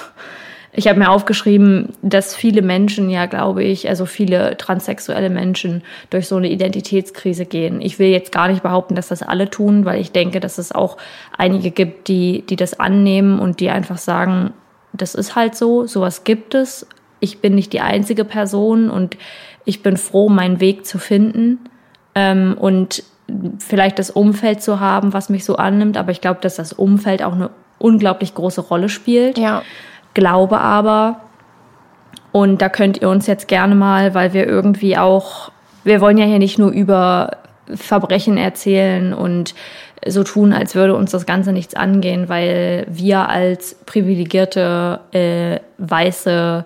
Ich habe mir aufgeschrieben, dass viele Menschen, ja glaube ich, also viele transsexuelle Menschen durch so eine Identitätskrise gehen. Ich will jetzt gar nicht behaupten, dass das alle tun, weil ich denke, dass es auch einige gibt, die, die das annehmen und die einfach sagen, das ist halt so, sowas gibt es. Ich bin nicht die einzige Person und ich bin froh, meinen Weg zu finden ähm, und vielleicht das Umfeld zu haben, was mich so annimmt. Aber ich glaube, dass das Umfeld auch eine unglaublich große Rolle spielt. Ja. Glaube aber, und da könnt ihr uns jetzt gerne mal, weil wir irgendwie auch, wir wollen ja hier nicht nur über Verbrechen erzählen und so tun, als würde uns das Ganze nichts angehen, weil wir als privilegierte, äh, weiße,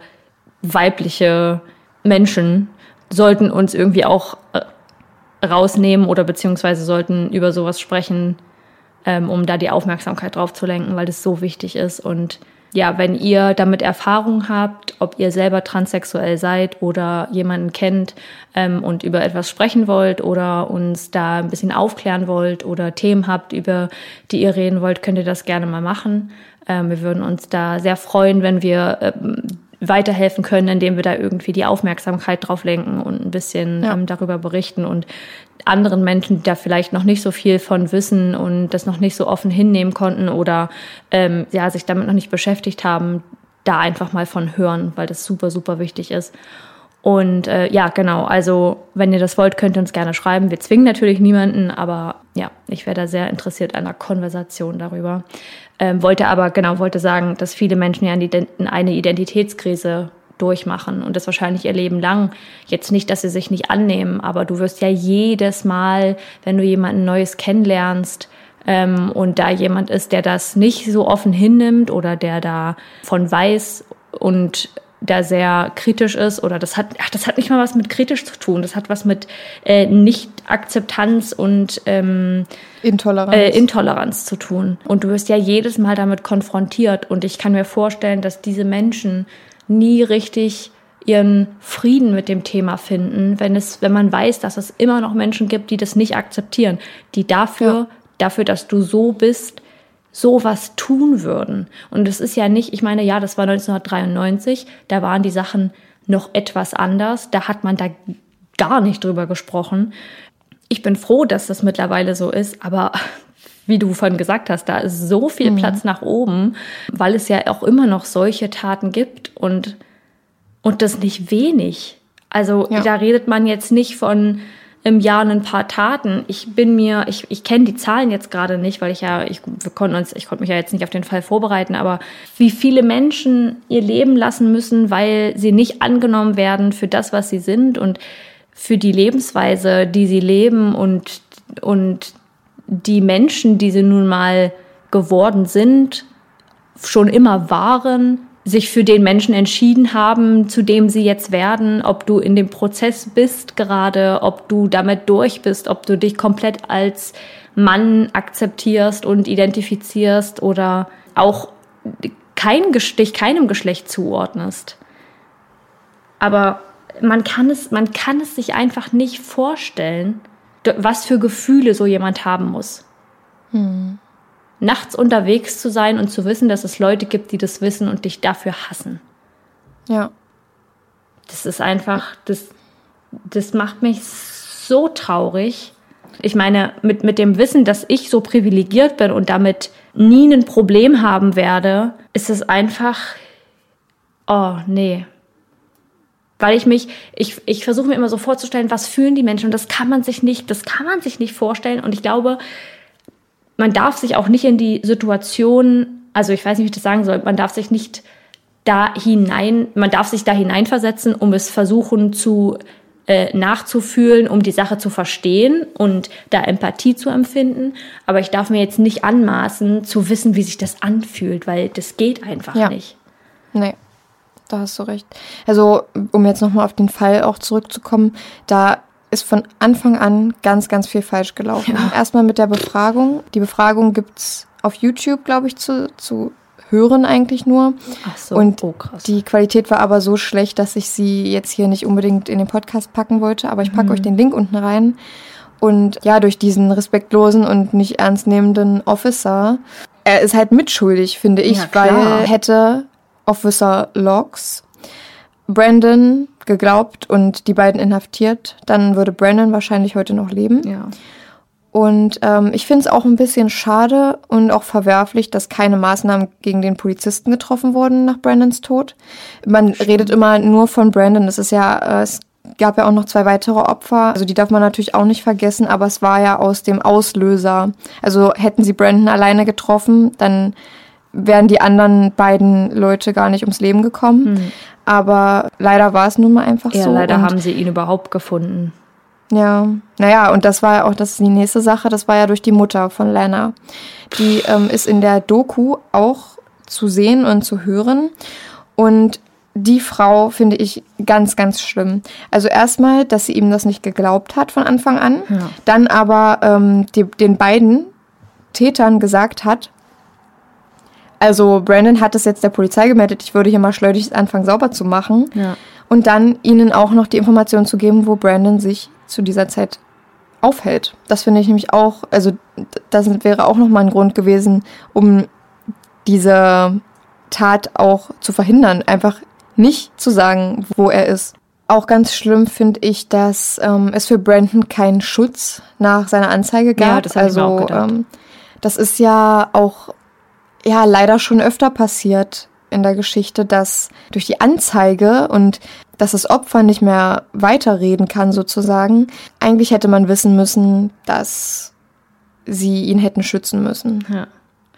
weibliche Menschen sollten uns irgendwie auch rausnehmen oder beziehungsweise sollten über sowas sprechen, ähm, um da die Aufmerksamkeit drauf zu lenken, weil das so wichtig ist. Und ja, wenn ihr damit Erfahrung habt, ob ihr selber transsexuell seid oder jemanden kennt ähm, und über etwas sprechen wollt oder uns da ein bisschen aufklären wollt oder Themen habt, über die ihr reden wollt, könnt ihr das gerne mal machen. Ähm, wir würden uns da sehr freuen, wenn wir ähm, weiterhelfen können, indem wir da irgendwie die Aufmerksamkeit drauf lenken und ein bisschen ja. ähm, darüber berichten und anderen Menschen, die da vielleicht noch nicht so viel von wissen und das noch nicht so offen hinnehmen konnten oder ähm, ja, sich damit noch nicht beschäftigt haben, da einfach mal von hören, weil das super, super wichtig ist. Und äh, ja, genau, also wenn ihr das wollt, könnt ihr uns gerne schreiben. Wir zwingen natürlich niemanden, aber ja, ich wäre da sehr interessiert an einer Konversation darüber. Ähm, wollte aber, genau, wollte sagen, dass viele Menschen ja eine Identitätskrise durchmachen und das wahrscheinlich ihr Leben lang. Jetzt nicht, dass sie sich nicht annehmen, aber du wirst ja jedes Mal, wenn du jemanden Neues kennenlernst ähm, und da jemand ist, der das nicht so offen hinnimmt oder der da von weiß und da sehr kritisch ist oder das hat, ach, das hat nicht mal was mit kritisch zu tun, das hat was mit äh, Nicht-Akzeptanz und ähm, Intoleranz. Äh, Intoleranz zu tun. Und du wirst ja jedes Mal damit konfrontiert und ich kann mir vorstellen, dass diese Menschen nie richtig ihren Frieden mit dem Thema finden, wenn es, wenn man weiß, dass es immer noch Menschen gibt, die das nicht akzeptieren, die dafür, ja. dafür, dass du so bist, sowas tun würden. Und es ist ja nicht, ich meine, ja, das war neunzehnhundertdreiundneunzig, da waren die Sachen noch etwas anders, da hat man da gar nicht drüber gesprochen. Ich bin froh, dass das mittlerweile so ist, aber wie du vorhin gesagt hast, da ist so viel mhm. Platz nach oben, weil es ja auch immer noch solche Taten gibt und, und das nicht wenig. Also ja. da redet man jetzt nicht von im Jahr ein paar Taten. Ich bin mir, ich, ich kenne die Zahlen jetzt gerade nicht, weil ich ja, ich, wir konnten uns, ich konnte mich ja jetzt nicht auf den Fall vorbereiten, aber wie viele Menschen ihr Leben lassen müssen, weil sie nicht angenommen werden für das, was sie sind und für die Lebensweise, die sie leben und, und die Menschen, die sie nun mal geworden sind, schon immer waren, sich für den Menschen entschieden haben, zu dem sie jetzt werden, ob du in dem Prozess bist gerade, ob du damit durch bist, ob du dich komplett als Mann akzeptierst und identifizierst oder auch kein, dich keinem Geschlecht zuordnest. Aber man kann es, man kann es sich einfach nicht vorstellen, was für Gefühle so jemand haben muss. Hm. Nachts unterwegs zu sein und zu wissen, dass es Leute gibt, die das wissen und dich dafür hassen. Ja. Das ist einfach, das, das macht mich so traurig. Ich meine, mit, mit dem Wissen, dass ich so privilegiert bin und damit nie ein Problem haben werde, ist es einfach, oh, nee. Weil ich mich, ich, ich versuche mir immer so vorzustellen, was fühlen die Menschen und das kann man sich nicht, das kann man sich nicht vorstellen und ich glaube, man darf sich auch nicht in die Situation, also ich weiß nicht, wie ich das sagen soll, man darf sich nicht da hinein, man darf sich da hineinversetzen, um es versuchen zu äh, nachzufühlen, um die Sache zu verstehen und da Empathie zu empfinden. Aber ich darf mir jetzt nicht anmaßen, zu wissen, wie sich das anfühlt, weil das geht einfach ja. nicht. Nee, da hast du recht. Also, um jetzt nochmal auf den Fall auch zurückzukommen, da ist von Anfang an ganz, ganz viel falsch gelaufen. Ja. Erstmal mit der Befragung. Die Befragung gibt's auf YouTube, glaube ich, zu, zu hören eigentlich nur. Ach so, und oh, krass. Die Qualität war aber so schlecht, dass ich sie jetzt hier nicht unbedingt in den Podcast packen wollte, aber ich packe mhm. euch den Link unten rein. Und ja, durch diesen respektlosen und nicht ernstnehmenden Officer, er ist halt mitschuldig, finde ich, ja, klar. weil hätte Officer Logs Brandon geglaubt und die beiden inhaftiert, dann würde Brandon wahrscheinlich heute noch leben. Ja. Und ähm, ich finde es auch ein bisschen schade und auch verwerflich, dass keine Maßnahmen gegen den Polizisten getroffen wurden nach Brandons Tod. Man Stimmt. redet immer nur von Brandon. Das ist ja, äh, es gab ja auch noch zwei weitere Opfer. Also die darf man natürlich auch nicht vergessen, aber es war ja aus dem Auslöser. Also hätten sie Brandon alleine getroffen, dann wären die anderen beiden Leute gar nicht ums Leben gekommen. Hm. Aber leider war es nun mal einfach ja, so. Ja, leider und haben sie ihn überhaupt gefunden. Ja, naja, und das war ja auch, das ist die nächste Sache, das war ja durch die Mutter von Lana. Die ähm, ist in der Doku auch zu sehen und zu hören. Und die Frau finde ich ganz, ganz schlimm. Also erstmal, dass sie ihm das nicht geglaubt hat von Anfang an. Ja. Dann aber ähm, die, den beiden Tätern gesagt hat, also Brandon hat es jetzt der Polizei gemeldet, ich würde hier mal schleunig anfangen, sauber zu machen. Ja. Und dann ihnen auch noch die Information zu geben, wo Brandon sich zu dieser Zeit aufhält. Das finde ich nämlich auch, also das wäre auch nochmal ein Grund gewesen, um diese Tat auch zu verhindern. Einfach nicht zu sagen, wo er ist. Auch ganz schlimm finde ich, dass ähm, es für Brandon keinen Schutz nach seiner Anzeige gab. Ja, das habe ich mir auch gedacht. Ähm, das ist ja auch ja leider schon öfter passiert in der Geschichte, dass durch die Anzeige und dass das Opfer nicht mehr weiterreden kann sozusagen, eigentlich hätte man wissen müssen, dass sie ihn hätten schützen müssen. Ja.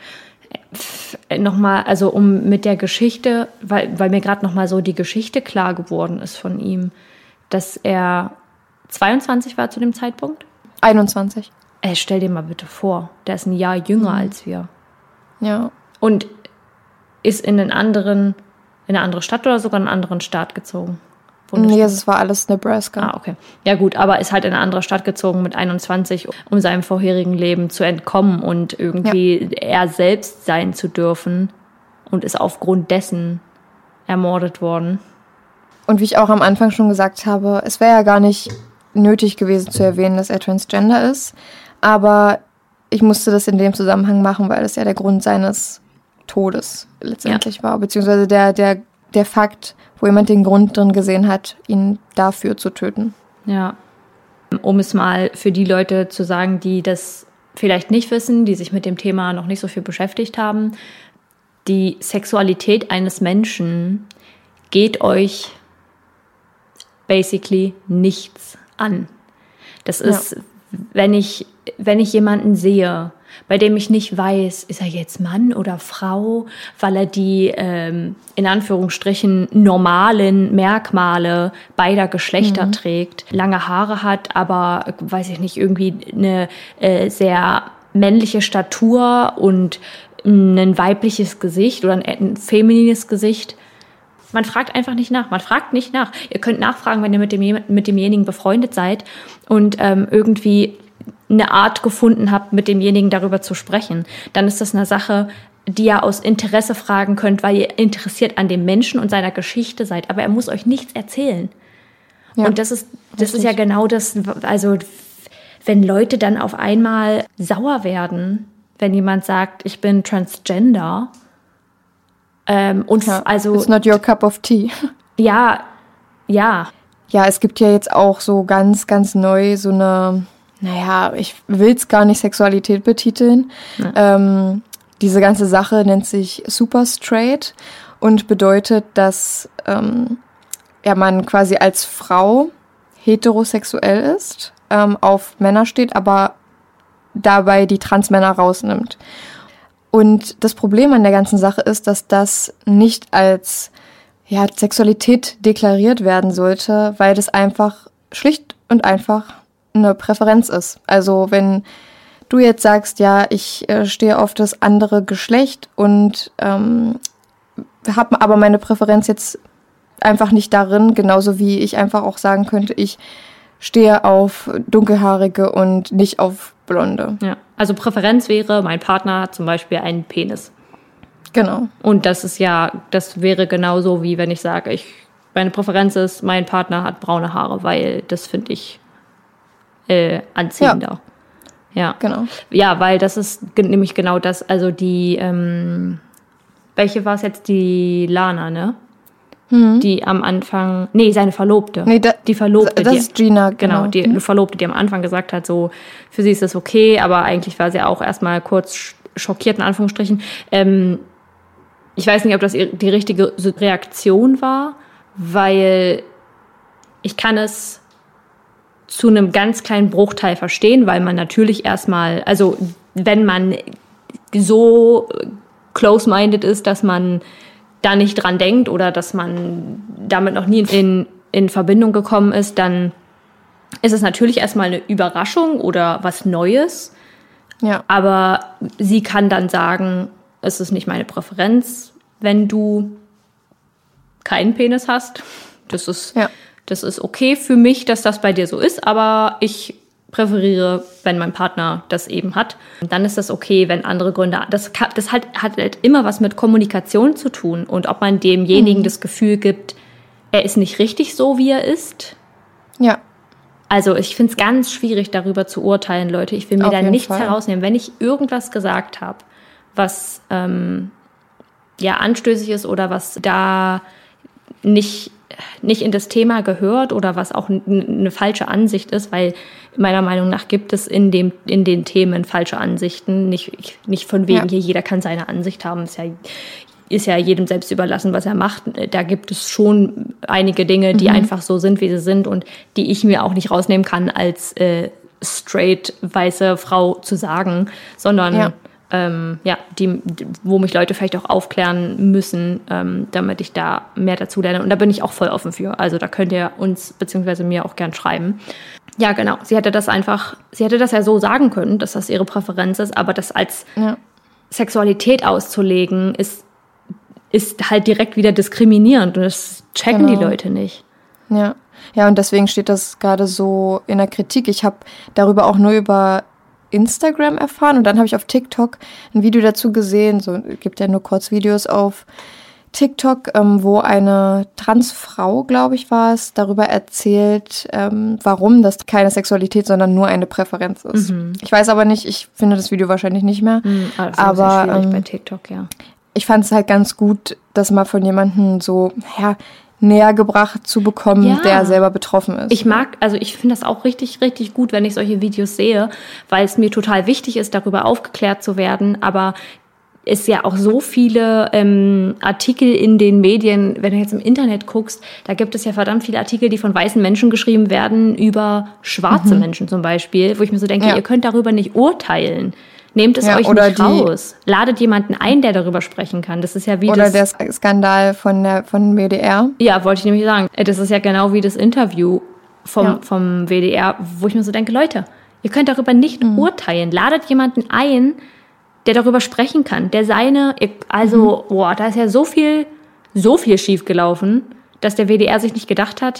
Nochmal, also um mit der Geschichte, weil, weil mir gerade nochmal so die Geschichte klar geworden ist von ihm, dass er zweiundzwanzig war zu dem Zeitpunkt? einundzwanzig. Ey, stell dir mal bitte vor, der ist ein Jahr jünger mhm. als wir. Ja. Und ist in einen anderen, in eine andere Stadt oder sogar in einen anderen Staat gezogen? Nee, es war alles Nebraska. Ah, okay. Ja gut, aber ist halt in eine andere Stadt gezogen mit einundzwanzig, um seinem vorherigen Leben zu entkommen und irgendwie ja. er selbst sein zu dürfen und ist aufgrund dessen ermordet worden. Und wie ich auch am Anfang schon gesagt habe, es wäre ja gar nicht nötig gewesen zu erwähnen, dass er Transgender ist, aber ich musste das in dem Zusammenhang machen, weil das ja der Grund seines Todes letztendlich ja. war, beziehungsweise der, der, der Fakt, wo jemand den Grund drin gesehen hat, ihn dafür zu töten. Ja, um es mal für die Leute zu sagen, die das vielleicht nicht wissen, die sich mit dem Thema noch nicht so viel beschäftigt haben, die Sexualität eines Menschen geht euch basically nichts an. Das ist, ja. wenn ich, wenn ich jemanden sehe, bei dem ich nicht weiß, ist er jetzt Mann oder Frau, weil er die ähm, in Anführungsstrichen normalen Merkmale beider Geschlechter mhm. trägt, lange Haare hat, aber, weiß ich nicht, irgendwie eine äh, sehr männliche Statur und ein weibliches Gesicht oder ein, ein feminines Gesicht. Man fragt einfach nicht nach. Man fragt nicht nach. Ihr könnt nachfragen, wenn ihr mit, dem, mit demjenigen befreundet seid und ähm, irgendwie eine Art gefunden habt, mit demjenigen darüber zu sprechen, dann ist das eine Sache, die ihr aus Interesse fragen könnt, weil ihr interessiert an dem Menschen und seiner Geschichte seid. Aber er muss euch nichts erzählen. Ja, und das ist, das ist ja genau das, also wenn Leute dann auf einmal sauer werden, wenn jemand sagt, ich bin Transgender. Ähm, und ja, also it's not your cup of tea. Ja, ja. Ja, es gibt ja jetzt auch so ganz, ganz neu so eine naja, ich will es gar nicht Sexualität betiteln. Ja. Ähm, diese ganze Sache nennt sich Super Straight und bedeutet, dass ähm, ja, man quasi als Frau heterosexuell ist, ähm, auf Männer steht, aber dabei die Transmänner rausnimmt. Und das Problem an der ganzen Sache ist, dass das nicht als ja, Sexualität deklariert werden sollte, weil das einfach schlicht und einfach eine Präferenz ist. Also wenn du jetzt sagst, ja, ich äh, stehe auf das andere Geschlecht und ähm, habe aber meine Präferenz jetzt einfach nicht darin, genauso wie ich einfach auch sagen könnte, ich stehe auf Dunkelhaarige und nicht auf Blonde. Ja. Also Präferenz wäre, mein Partner hat zum Beispiel einen Penis. Genau. Und das ist ja, das wäre genauso wie wenn ich sage, ich, meine Präferenz ist, mein Partner hat braune Haare, weil das finde ich äh, anziehender. Ja. ja. Genau. Ja, weil das ist ge- nämlich genau das, also die, ähm, welche war es jetzt? Die Lana, ne? Mhm. Die am Anfang, nee, seine Verlobte. Nee, da, die Verlobte. Das die, ist Gina, genau. Genau, die mhm. Verlobte, die am Anfang gesagt hat, so, für sie ist das okay, aber eigentlich war sie auch erstmal kurz schockiert, in Anführungsstrichen. Ähm, ich weiß nicht, ob das die richtige Reaktion war, weil ich kann es zu einem ganz kleinen Bruchteil verstehen, weil man natürlich erstmal, also wenn man so close-minded ist, dass man da nicht dran denkt oder dass man damit noch nie in, in Verbindung gekommen ist, dann ist es natürlich erstmal eine Überraschung oder was Neues. Ja. Aber sie kann dann sagen, es ist nicht meine Präferenz, wenn du keinen Penis hast. Das ist, ja. das ist okay für mich, dass das bei dir so ist, aber ich präferiere, wenn mein Partner das eben hat. Und dann ist das okay, wenn andere Gründe... Das, das hat, hat halt immer was mit Kommunikation zu tun und ob man demjenigen mhm. das Gefühl gibt, er ist nicht richtig so, wie er ist. Ja. Also ich finde es ganz schwierig, darüber zu urteilen, Leute. Ich will mir Auf da jeden nichts Fall. herausnehmen. Wenn ich irgendwas gesagt habe, was ähm, ja anstößig ist oder was da nicht, nicht in das Thema gehört oder was auch n- eine falsche Ansicht ist, weil meiner Meinung nach gibt es in, dem, in den Themen falsche Ansichten. Nicht, nicht von wegen Ja. hier, jeder kann seine Ansicht haben. Ist ja, ist ja jedem selbst überlassen, was er macht. Da gibt es schon einige Dinge, die Mhm. einfach so sind, wie sie sind und die ich mir auch nicht rausnehmen kann, als äh, straight weiße Frau zu sagen, sondern Ja. ähm, ja, die, wo mich Leute vielleicht auch aufklären müssen, ähm, damit ich da mehr dazu lerne. Und da bin ich auch voll offen für. Also da könnt ihr uns beziehungsweise mir auch gern schreiben. Ja, genau. Sie hätte das einfach, sie hätte das ja so sagen können, dass das ihre Präferenz ist, aber das als Ja. Sexualität auszulegen, ist, ist halt direkt wieder diskriminierend und das checken Genau. die Leute nicht. Ja. Ja, und deswegen steht das gerade so in der Kritik. Ich habe darüber auch nur über Instagram erfahren und dann habe ich auf TikTok ein Video dazu gesehen, so gibt ja nur Kurzvideos auf TikTok, ähm, wo eine Transfrau, glaube ich, war es, darüber erzählt, ähm, warum das keine Sexualität, sondern nur eine Präferenz ist. Mhm. Ich weiß aber nicht, ich finde das Video wahrscheinlich nicht mehr. Mhm, aber das ist aber ein bisschen schwierig ähm, bei TikTok, ja. ich fand es halt ganz gut, das mal von jemandem so ja, näher gebracht zu bekommen, Ja. der selber betroffen ist. Ich mag, also ich finde das auch richtig, richtig gut, wenn ich solche Videos sehe, weil es mir total wichtig ist, darüber aufgeklärt zu werden, aber es ja auch so viele ähm, Artikel in den Medien, wenn du jetzt im Internet guckst, da gibt es ja verdammt viele Artikel, die von weißen Menschen geschrieben werden über schwarze Mhm. Menschen zum Beispiel, wo ich mir so denke, Ja. ihr könnt darüber nicht urteilen. Nehmt es Ja, euch oder nicht die- raus. Ladet jemanden ein, der darüber sprechen kann. Das ist ja wie Oder das... der Skandal von der von W D R. Ja, wollte ich nämlich sagen. Das ist ja genau wie das Interview vom, Ja. vom W D R, wo ich mir so denke, Leute, ihr könnt darüber nicht Mhm. urteilen. Ladet jemanden ein, der darüber sprechen kann, der seine, also, Mhm. boah, da ist ja so viel, so viel schiefgelaufen, dass der W D R sich nicht gedacht hat,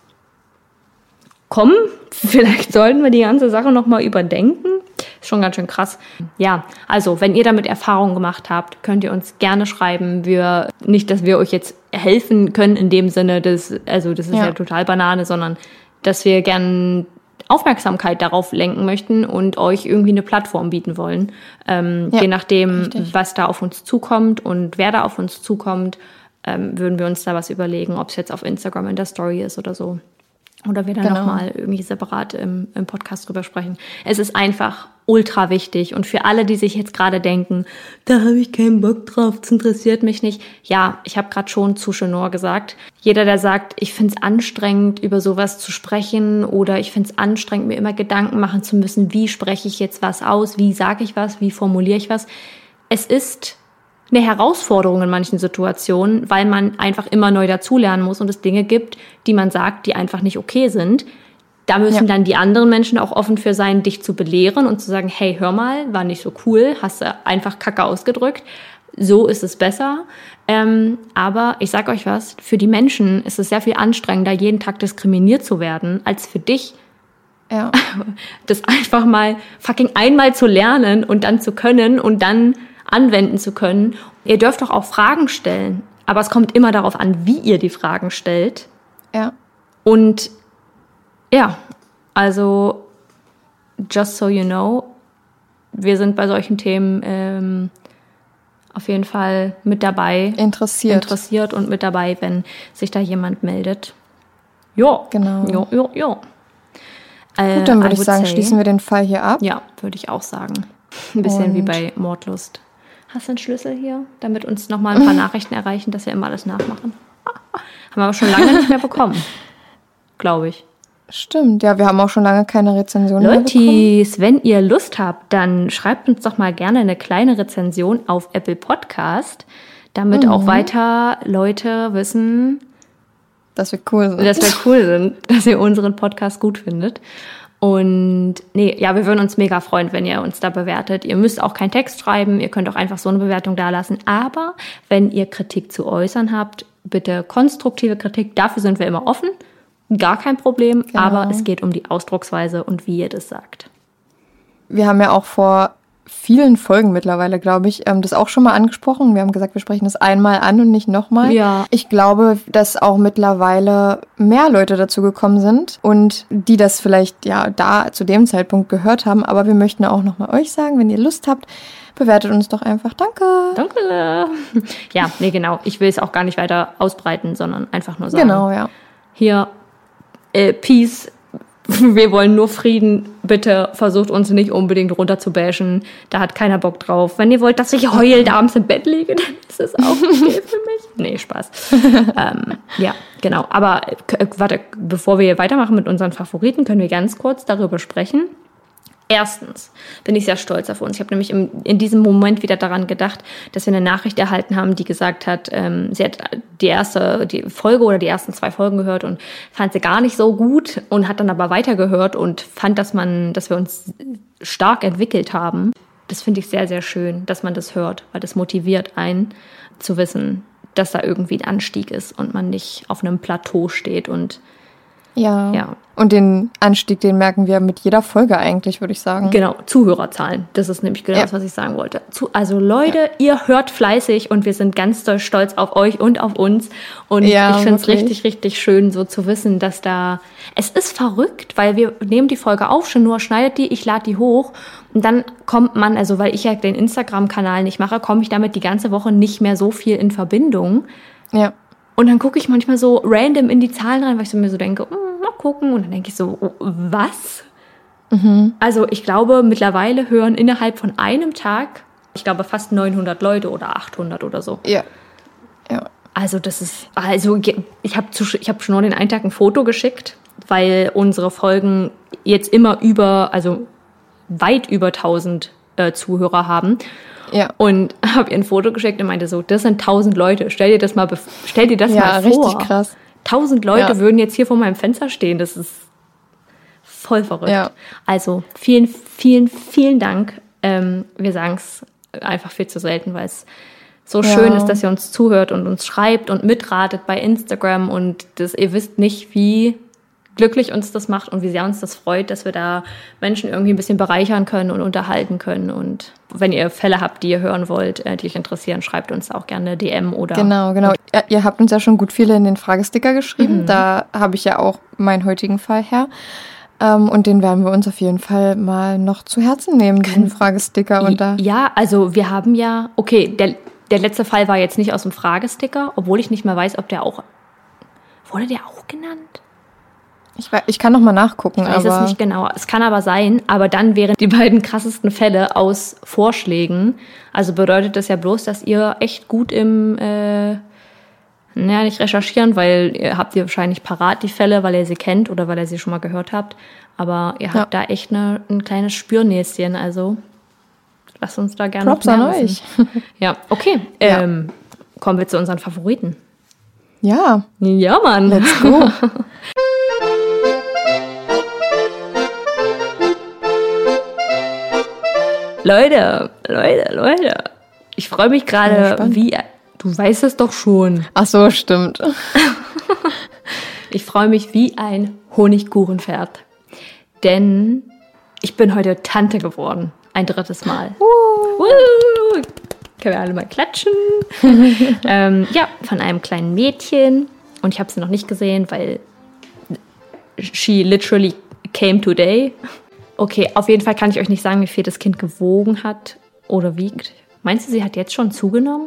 komm, vielleicht sollten wir die ganze Sache nochmal überdenken. Ist schon ganz schön krass. Ja, also, wenn ihr damit Erfahrungen gemacht habt, könnt ihr uns gerne schreiben. Wir, nicht, dass wir euch jetzt helfen können in dem Sinne, dass, also, das ist ja, Ja. total Banane, sondern, dass wir gerne Aufmerksamkeit darauf lenken möchten und euch irgendwie eine Plattform bieten wollen. Ähm, Ja, je nachdem, richtig. was da auf uns zukommt und wer da auf uns zukommt, ähm, würden wir uns da was überlegen, ob es jetzt auf Instagram in der Story ist oder so. Oder wir dann Genau. nochmal irgendwie separat im, im Podcast drüber sprechen. Es ist einfach ultra wichtig. Und für alle, die sich jetzt gerade denken, da habe ich keinen Bock drauf, das interessiert mich nicht. Ja, ich habe gerade schon zu Chenor gesagt. Jeder, der sagt, ich finde es anstrengend, über sowas zu sprechen oder ich finde es anstrengend, mir immer Gedanken machen zu müssen, wie spreche ich jetzt was aus, wie sage ich was, wie formuliere ich was. Es ist eine Herausforderung in manchen Situationen, weil man einfach immer neu dazulernen muss und es Dinge gibt, die man sagt, die einfach nicht okay sind. Da müssen ja. dann die anderen Menschen auch offen für sein, dich zu belehren und zu sagen, hey, hör mal, war nicht so cool, hast du einfach Kacke ausgedrückt. So ist es besser. Ähm, aber ich sag euch was, für die Menschen ist es sehr viel anstrengender, jeden Tag diskriminiert zu werden, als für dich, Ja. das einfach mal fucking einmal zu lernen und dann zu können und dann anwenden zu können. Ihr dürft doch auch Fragen stellen, aber es kommt immer darauf an, wie ihr die Fragen stellt. Ja. Und ja, also just so you know, wir sind bei solchen Themen ähm, auf jeden Fall mit dabei. Interessiert. Interessiert und mit dabei, wenn sich da jemand meldet. Jo, Genau. Jo, jo, jo. Äh, Gut, dann würde I ich would sagen, say, schließen wir den Fall hier ab. Ja, würde ich auch sagen. Ein bisschen Und wie bei Mordlust. Hast du einen Schlüssel hier, damit uns nochmal ein paar Nachrichten erreichen, dass wir immer alles nachmachen? Haben wir aber schon lange nicht mehr bekommen, glaube ich. Stimmt, ja, wir haben auch schon lange keine Rezension mehr bekommen. Leutis, wenn ihr Lust habt, dann schreibt uns doch mal gerne eine kleine Rezension auf Apple Podcast, damit Mhm. auch weiter Leute wissen, Dass wir cool sind. dass wir cool sind, dass ihr unseren Podcast gut findet. Und nee, ja, wir würden uns mega freuen, wenn ihr uns da bewertet. Ihr müsst auch keinen Text schreiben, ihr könnt auch einfach so eine Bewertung dalassen. Aber wenn ihr Kritik zu äußern habt, bitte konstruktive Kritik, dafür sind wir immer offen. Gar kein Problem, Genau. aber es geht um die Ausdrucksweise und wie ihr das sagt. Wir haben ja auch vor vielen Folgen mittlerweile, glaube ich, ähm, das auch schon mal angesprochen. Wir haben gesagt, wir sprechen das einmal an und nicht nochmal. Ja. Ich glaube, dass auch mittlerweile mehr Leute dazu gekommen sind und die das vielleicht ja da zu dem Zeitpunkt gehört haben. Aber wir möchten auch nochmal euch sagen, wenn ihr Lust habt, bewertet uns doch einfach. Danke. Danke. Ja, nee, genau. Ich will es auch gar nicht weiter ausbreiten, sondern einfach nur sagen, Genau, ja. hier, äh, Peace, wir wollen nur Frieden, bitte versucht uns nicht unbedingt runter zu bashen, da hat keiner Bock drauf. Wenn ihr wollt, dass ich heulend abends im Bett liege, dann ist es auch okay für mich. Nee, Spaß. ähm, ja, genau. Aber äh, warte, bevor wir weitermachen mit unseren Favoriten, können wir ganz kurz darüber sprechen. Erstens bin ich sehr stolz auf uns. Ich habe nämlich im, in diesem Moment wieder daran gedacht, dass wir eine Nachricht erhalten haben, die gesagt hat, ähm, sie hat die erste die Folge oder die ersten zwei Folgen gehört und fand sie gar nicht so gut und hat dann aber weitergehört und fand, dass man, dass wir uns stark entwickelt haben. Das finde ich sehr, sehr schön, dass man das hört, weil das motiviert einen zu wissen, dass da irgendwie ein Anstieg ist und man nicht auf einem Plateau steht und Ja. ja. Und den Anstieg, den merken wir mit jeder Folge eigentlich, würde ich sagen. Genau, Zuhörerzahlen. Das ist nämlich genau Ja. das, was ich sagen wollte. Zu, also Leute, ja. Ihr hört fleißig und wir sind ganz doll stolz auf euch und auf uns. Und Ja, ich finde es wirklich. richtig, richtig schön, so zu wissen, dass da... Es ist verrückt, weil wir nehmen die Folge auf, schon nur schneidet die, ich lade die hoch und dann kommt man, also weil ich ja den Instagram-Kanal nicht mache, komme ich damit die ganze Woche nicht mehr so viel in Verbindung. Ja. Und dann gucke ich manchmal so random in die Zahlen rein, weil ich so mir so denke, mm, mal gucken. Und dann denke ich so, oh, was? Mhm. Also ich glaube, mittlerweile hören innerhalb von einem Tag, ich glaube fast neunhundert Leute oder achthundert oder so. Ja. Ja. Also das ist, also ich habe ich hab schon den einen Tag ein Foto geschickt, weil unsere Folgen jetzt immer über, also weit über tausend äh, Zuhörer haben. Ja. Und habe ihr ein Foto geschickt und meinte so, das sind tausend Leute, stell dir das mal, bef- stell dir das Ja, mal vor. richtig krass. Tausend Leute Ja. würden jetzt hier vor meinem Fenster stehen, das ist voll verrückt. Ja. Also vielen, vielen, vielen Dank. Ähm, wir sagen es einfach viel zu selten, weil es so Ja. schön ist, dass ihr uns zuhört und uns schreibt und mitratet bei Instagram und das, ihr wisst nicht, wie glücklich uns das macht und wie sehr uns das freut, dass wir da Menschen irgendwie ein bisschen bereichern können und unterhalten können. Und wenn ihr Fälle habt, die ihr hören wollt, äh, die euch interessieren, schreibt uns auch gerne eine D M oder... Genau, genau. Ja, ihr habt uns ja schon gut viele in den Fragesticker geschrieben. Da habe ich ja auch meinen heutigen Fall her. Ähm, und den werden wir uns auf jeden Fall mal noch zu Herzen nehmen, diesen Fragesticker. Und da Ja, also wir haben ja... Okay, der, der letzte Fall war jetzt nicht aus dem Fragesticker, obwohl ich nicht mehr weiß, ob der auch... Wurde der auch genannt? Ich, weiß, ich kann noch mal nachgucken. Ich weiß aber es nicht genau. Es kann aber sein, aber dann wären die beiden krassesten Fälle aus Vorschlägen. Also bedeutet das ja bloß, dass ihr echt gut im, äh, naja, nicht recherchieren, weil ihr habt ihr wahrscheinlich parat die Fälle, weil ihr sie kennt oder weil ihr sie schon mal gehört habt. Aber ihr habt Ja. da echt eine, ein kleines Spürnäschen. Also lasst uns da gerne Props noch mehr an wissen. euch. Ja, okay. Ja. Ähm, kommen wir zu unseren Favoriten. Ja, Ja, Mann. let's go. Leute, Leute, Leute. Ich freue mich Bin gerade, gespannt. wie. Du weißt es doch schon. Ach so, stimmt. Ich freue mich wie ein Honigkuchenpferd. Denn ich bin heute Tante geworden. Ein drittes Mal. Uh. Können wir alle mal klatschen? ähm, ja, von einem kleinen Mädchen. Und ich habe sie noch nicht gesehen, weil she literally came today. Okay, auf jeden Fall kann ich euch nicht sagen, wie viel das Kind gewogen hat oder wiegt. Meinst du, sie hat jetzt schon zugenommen?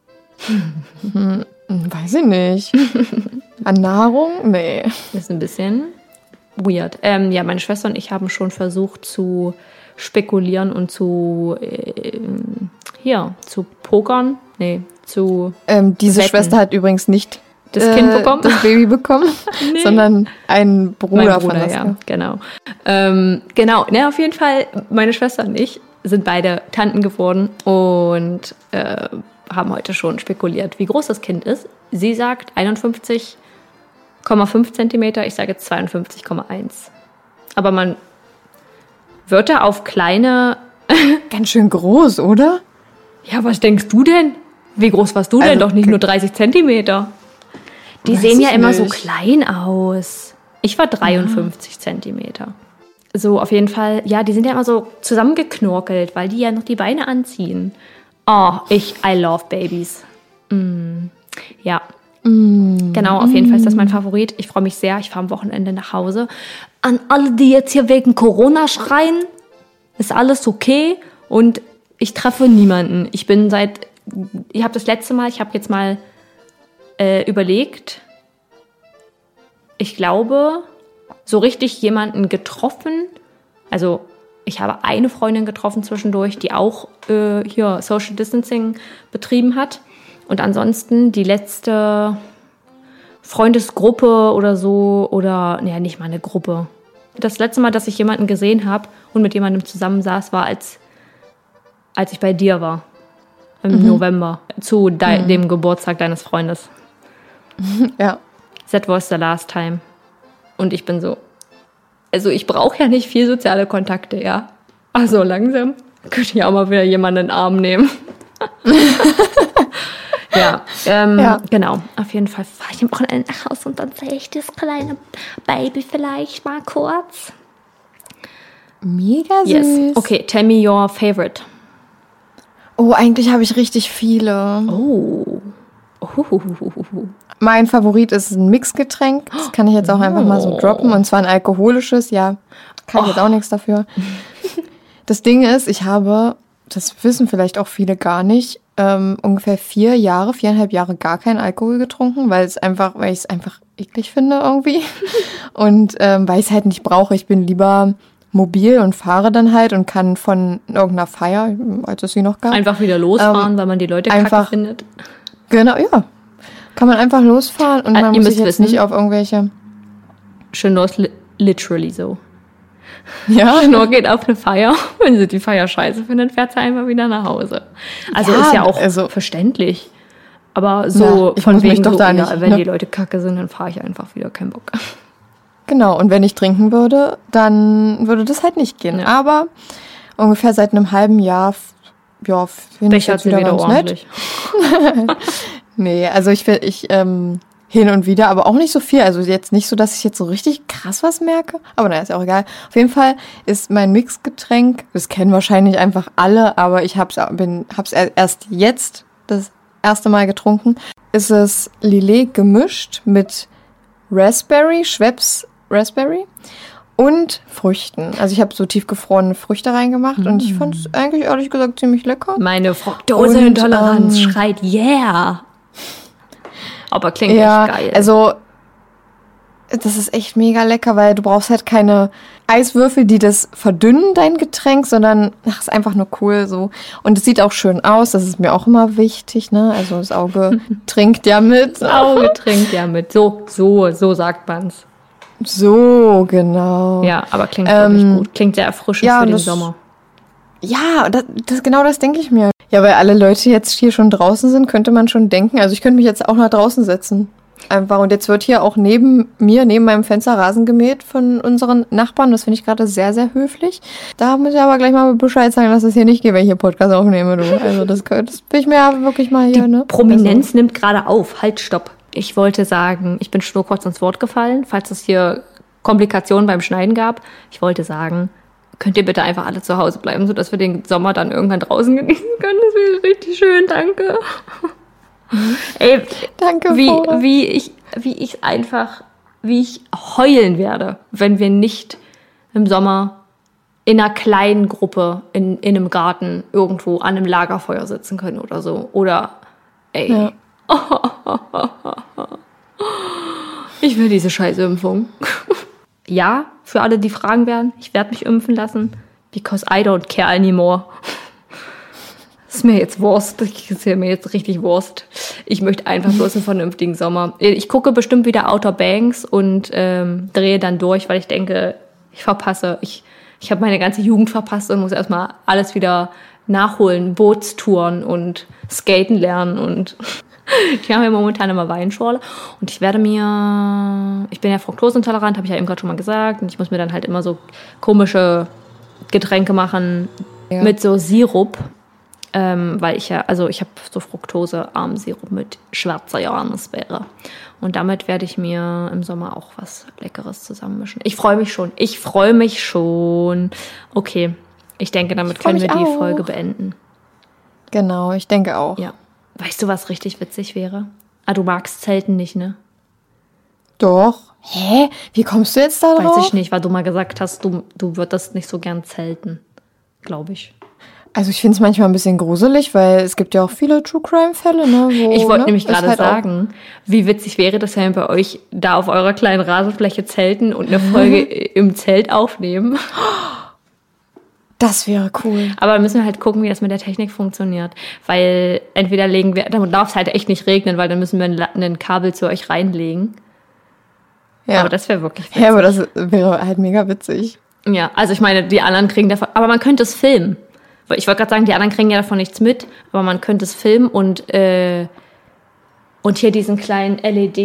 Weiß ich nicht. An Nahrung? Nee. Das ist ein bisschen weird. Ähm, ja, meine Schwester und ich haben schon versucht zu spekulieren und zu, äh, hier, zu pokern. Nee, zu Ähm, diese Wetten. Schwester hat übrigens nicht das äh, Kind bekommen. das Baby bekommen, Nee. sondern einen Bruder, Mein von Bruder, Saskia. ja, genau. Ähm, genau, ne, auf jeden Fall, meine Schwester und ich sind beide Tanten geworden und äh, haben heute schon spekuliert, wie groß das Kind ist. Sie sagt einundfünfzig Komma fünf Zentimeter, ich sage zweiundfünfzig Komma eins. Aber man wird da auf kleine... Ganz schön groß, oder? Ja, was denkst du denn? Wie groß warst du denn? Also, Doch nicht nur dreißig Zentimeter. Die Weiß sehen ja ich immer so nicht. klein aus. Ich war dreiundfünfzig Zentimeter. So, auf jeden Fall, ja, die sind ja immer so zusammengeknorkelt, weil die ja noch die Beine anziehen. Oh, ich, I love babies. Mm, ja. Genau, auf jeden Fall ist das mein Favorit. Ich freue mich sehr. Ich fahre am Wochenende nach Hause. An alle, die jetzt hier wegen Corona schreien, ist alles okay und ich treffe niemanden. Ich bin seit, ich habe das letzte Mal, ich habe jetzt mal äh, überlegt, ich glaube, so richtig jemanden getroffen, also ich habe eine Freundin getroffen zwischendurch, die auch äh, hier Social Distancing betrieben hat. Und ansonsten die letzte Freundesgruppe oder so, oder, naja, nicht mal eine Gruppe. Das letzte Mal, dass ich jemanden gesehen habe und mit jemandem zusammensaß, war, als, als ich bei dir war. Im November. Zu de- dem Geburtstag deines Freundes. Ja. That was the last time. Und ich bin so, also ich brauche ja nicht viel soziale Kontakte, ja. Also langsam könnte ich auch mal wieder jemanden in den Arm nehmen. ja, ähm, Ja. genau. Auf jeden Fall fahre ich am Wochenende nach Hause und dann sehe ich das kleine Baby vielleicht mal kurz. Mega süß. Yes. Okay, tell me your favorite. Oh, eigentlich habe ich richtig viele. Oh. Oh. Mein Favorit ist ein Mixgetränk. Das kann ich jetzt auch einfach mal so droppen. Und zwar ein alkoholisches. Ja, kann ich jetzt auch nichts dafür. Das Ding ist, ich habe, das wissen vielleicht auch viele gar nicht, ähm, ungefähr vier Jahre, viereinhalb Jahre gar keinen Alkohol getrunken, weil es einfach, weil ich es einfach eklig finde irgendwie. Und ähm, weil ich es halt nicht brauche. Ich bin lieber mobil und fahre dann halt und kann von irgendeiner Feier, als es sie noch gab. Einfach wieder losfahren, Ähm, weil man die Leute einfach- kacke findet. Genau, ja. Kann man einfach losfahren und Ah, man ihr muss müsst sich jetzt wissen- nicht auf irgendwelche... Chenor ist li- literally so. Ja, Chenor geht auf eine Feier, wenn sie die Feier scheiße findet, fährt sie einfach wieder nach Hause. Also Ja, ist ja auch also- verständlich. Aber so Ja, ich von muss mich wegen doch so, da ja, nicht, wenn ne? die Leute kacke sind, dann fahre ich einfach wieder, kein Bock. genau. Und wenn ich trinken würde, dann würde das halt nicht gehen. Ja. Aber ungefähr seit einem halben Jahr, f- ja, finde ich Bechert jetzt sie wieder wieder ganz ordentlich. nett. Nee, also ich, will- ich ähm, hin und wieder, aber auch nicht so viel. Also jetzt nicht so, dass ich jetzt so richtig krass was merke. Aber naja, ist ja auch egal. Auf jeden Fall ist mein Mixgetränk, das kennen wahrscheinlich einfach alle, aber ich hab's, bin, hab's er- erst jetzt das erste Mal getrunken, ist es Lillet gemischt mit Raspberry, Schweppes Raspberry und Früchten. Also ich habe so tiefgefrorene Früchte reingemacht und ich fand es eigentlich ehrlich gesagt ziemlich lecker. Meine Fructoseintoleranz Und, ähm, schreit yeah. Aber klingt Ja, echt geil. also Das ist echt mega lecker, weil du brauchst halt keine Eiswürfel, die das verdünnen, dein Getränk, sondern ach, ist einfach nur cool so. Und es sieht auch schön aus, das ist mir auch immer wichtig, ne? Also das Auge trinkt ja mit. Das Auge trinkt ja mit. So, so, so sagt man's. So, genau. Ja, aber klingt Ähm, wirklich gut. Klingt sehr erfrischend ja, für den das- Sommer. Ja, das, das genau das denke ich mir. Ja, weil alle Leute jetzt hier schon draußen sind, könnte man schon denken, also ich könnte mich jetzt auch nach draußen setzen. Einfach. Und jetzt wird hier auch neben mir, neben meinem Fenster Rasen gemäht von unseren Nachbarn. Das finde ich gerade sehr, sehr höflich. Da muss ich aber gleich mal Bescheid sagen, dass es hier nicht geht, wenn ich hier Podcast aufnehme. Du. Also das, das will ich mir ja wirklich mal hier, Die ne? Prominenz Also, nimmt gerade auf. Halt, stopp. Ich wollte sagen, ich bin nur kurz ins Wort gefallen, falls es hier Komplikationen beim Schneiden gab. Ich wollte sagen, könnt ihr bitte einfach alle zu Hause bleiben, sodass wir den Sommer dann irgendwann draußen genießen können. Das wäre richtig schön, danke. Ey, danke, wie, Flora. wie ich, wie ich einfach, wie ich heulen werde, wenn wir nicht im Sommer in einer kleinen Gruppe in, in einem Garten irgendwo an einem Lagerfeuer sitzen können oder so. Oder, ey. Ja. Ich will diese Scheißimpfung. Ja, für alle, die fragen werden, ich werde mich impfen lassen, because I don't care anymore. Ist mir jetzt Wurst. Das ist mir jetzt richtig Wurst. Ich möchte einfach bloß einen vernünftigen Sommer. Ich gucke bestimmt wieder Outer Banks und ähm, drehe dann durch, weil ich denke, ich verpasse. Ich, ich habe meine ganze Jugend verpasst und muss erstmal alles wieder nachholen. Bootstouren und Skaten lernen. Und ich habe ja momentan immer Weinschorle. Und ich werde mir, ich bin ja fruktoseintolerant, habe ich ja eben gerade schon mal gesagt. Und ich muss mir dann halt immer so komische Getränke machen Ja. mit so Sirup. Ähm, weil ich ja, also ich habe so fruktosearmen Sirup mit schwarzer Johannisbeere. Und damit werde ich mir im Sommer auch was Leckeres zusammenmischen. Ich freue mich schon. Ich freue mich schon. Okay, ich denke, damit Ich freu können wir mich die auch. Folge beenden. Genau, ich denke auch. Ja. Weißt du, was richtig witzig wäre? Ah, du magst Zelten nicht, ne? Doch. Hä? Wie kommst du jetzt da drauf? Weiß ich nicht, weil du mal gesagt hast, du, du würdest nicht so gern zelten. Glaube ich. Also ich finde es manchmal ein bisschen gruselig, weil es gibt ja auch viele True-Crime-Fälle, ne? Wo, Ich wollte ne, nämlich ist gerade halt auch- sagen, wie witzig wäre das, wenn wir bei euch da auf eurer kleinen Rasenfläche zelten und eine Folge im Zelt aufnehmen. Das wäre cool. Aber wir müssen halt gucken, wie das mit der Technik funktioniert. Weil entweder legen wir, dann darf es halt echt nicht regnen, weil dann müssen wir ein, La- ein Kabel zu euch reinlegen. Ja, Aber das wäre wirklich witzig. ja, aber das wäre halt mega witzig. Ja, also ich meine, die anderen kriegen davon, aber man könnte es filmen. Weil ich wollte gerade sagen, die anderen kriegen ja davon nichts mit, aber man könnte es filmen und, äh, und hier diesen kleinen L E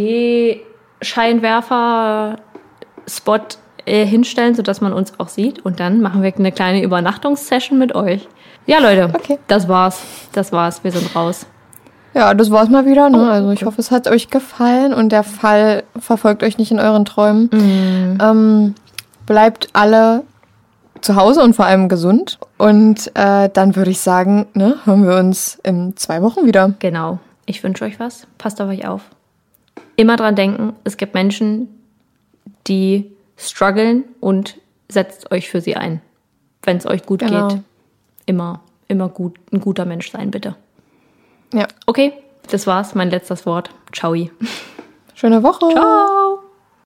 D-Scheinwerfer-Spot äh, hinstellen, sodass man uns auch sieht. Und dann machen wir eine kleine Übernachtungssession mit euch. Ja, Leute, Okay. das war's. Das war's. Wir sind raus. Ja, das war's mal wieder, Oh, ne? Also ich hoffe, es hat euch gefallen und der Fall verfolgt euch nicht in euren Träumen. Mhm. Ähm, bleibt alle zu Hause und vor allem gesund. Und äh, dann würde ich sagen, ne, hören wir uns in zwei Wochen wieder. Genau. Ich wünsche euch was. Passt auf euch auf. Immer dran denken, es gibt Menschen, die strugglen und setzt euch für sie ein. Wenn es euch gut Genau. geht, immer, immer gut, ein guter Mensch sein, bitte. Ja, Okay, das war's. Mein letztes Wort. Ciao. schöne Woche. Ciao.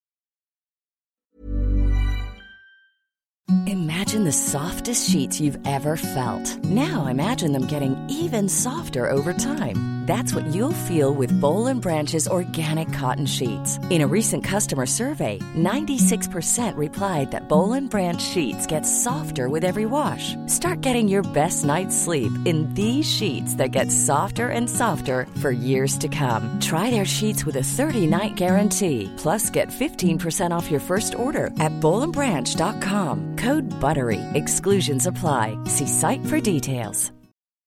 Imagine the softest sheets you've ever felt. Now imagine them getting even softer over time. That's what you'll feel with Boll and Branch's organic cotton sheets. In a recent customer survey, ninety-six percent replied that Boll and Branch sheets get softer with every wash. Start getting your best night's sleep in these sheets that get softer and softer for years to come. Try their sheets with a thirty-night guarantee. Plus, get fifteen percent off your first order at boll and branch dot com. Code BUTTERY. Exclusions apply. See site for details.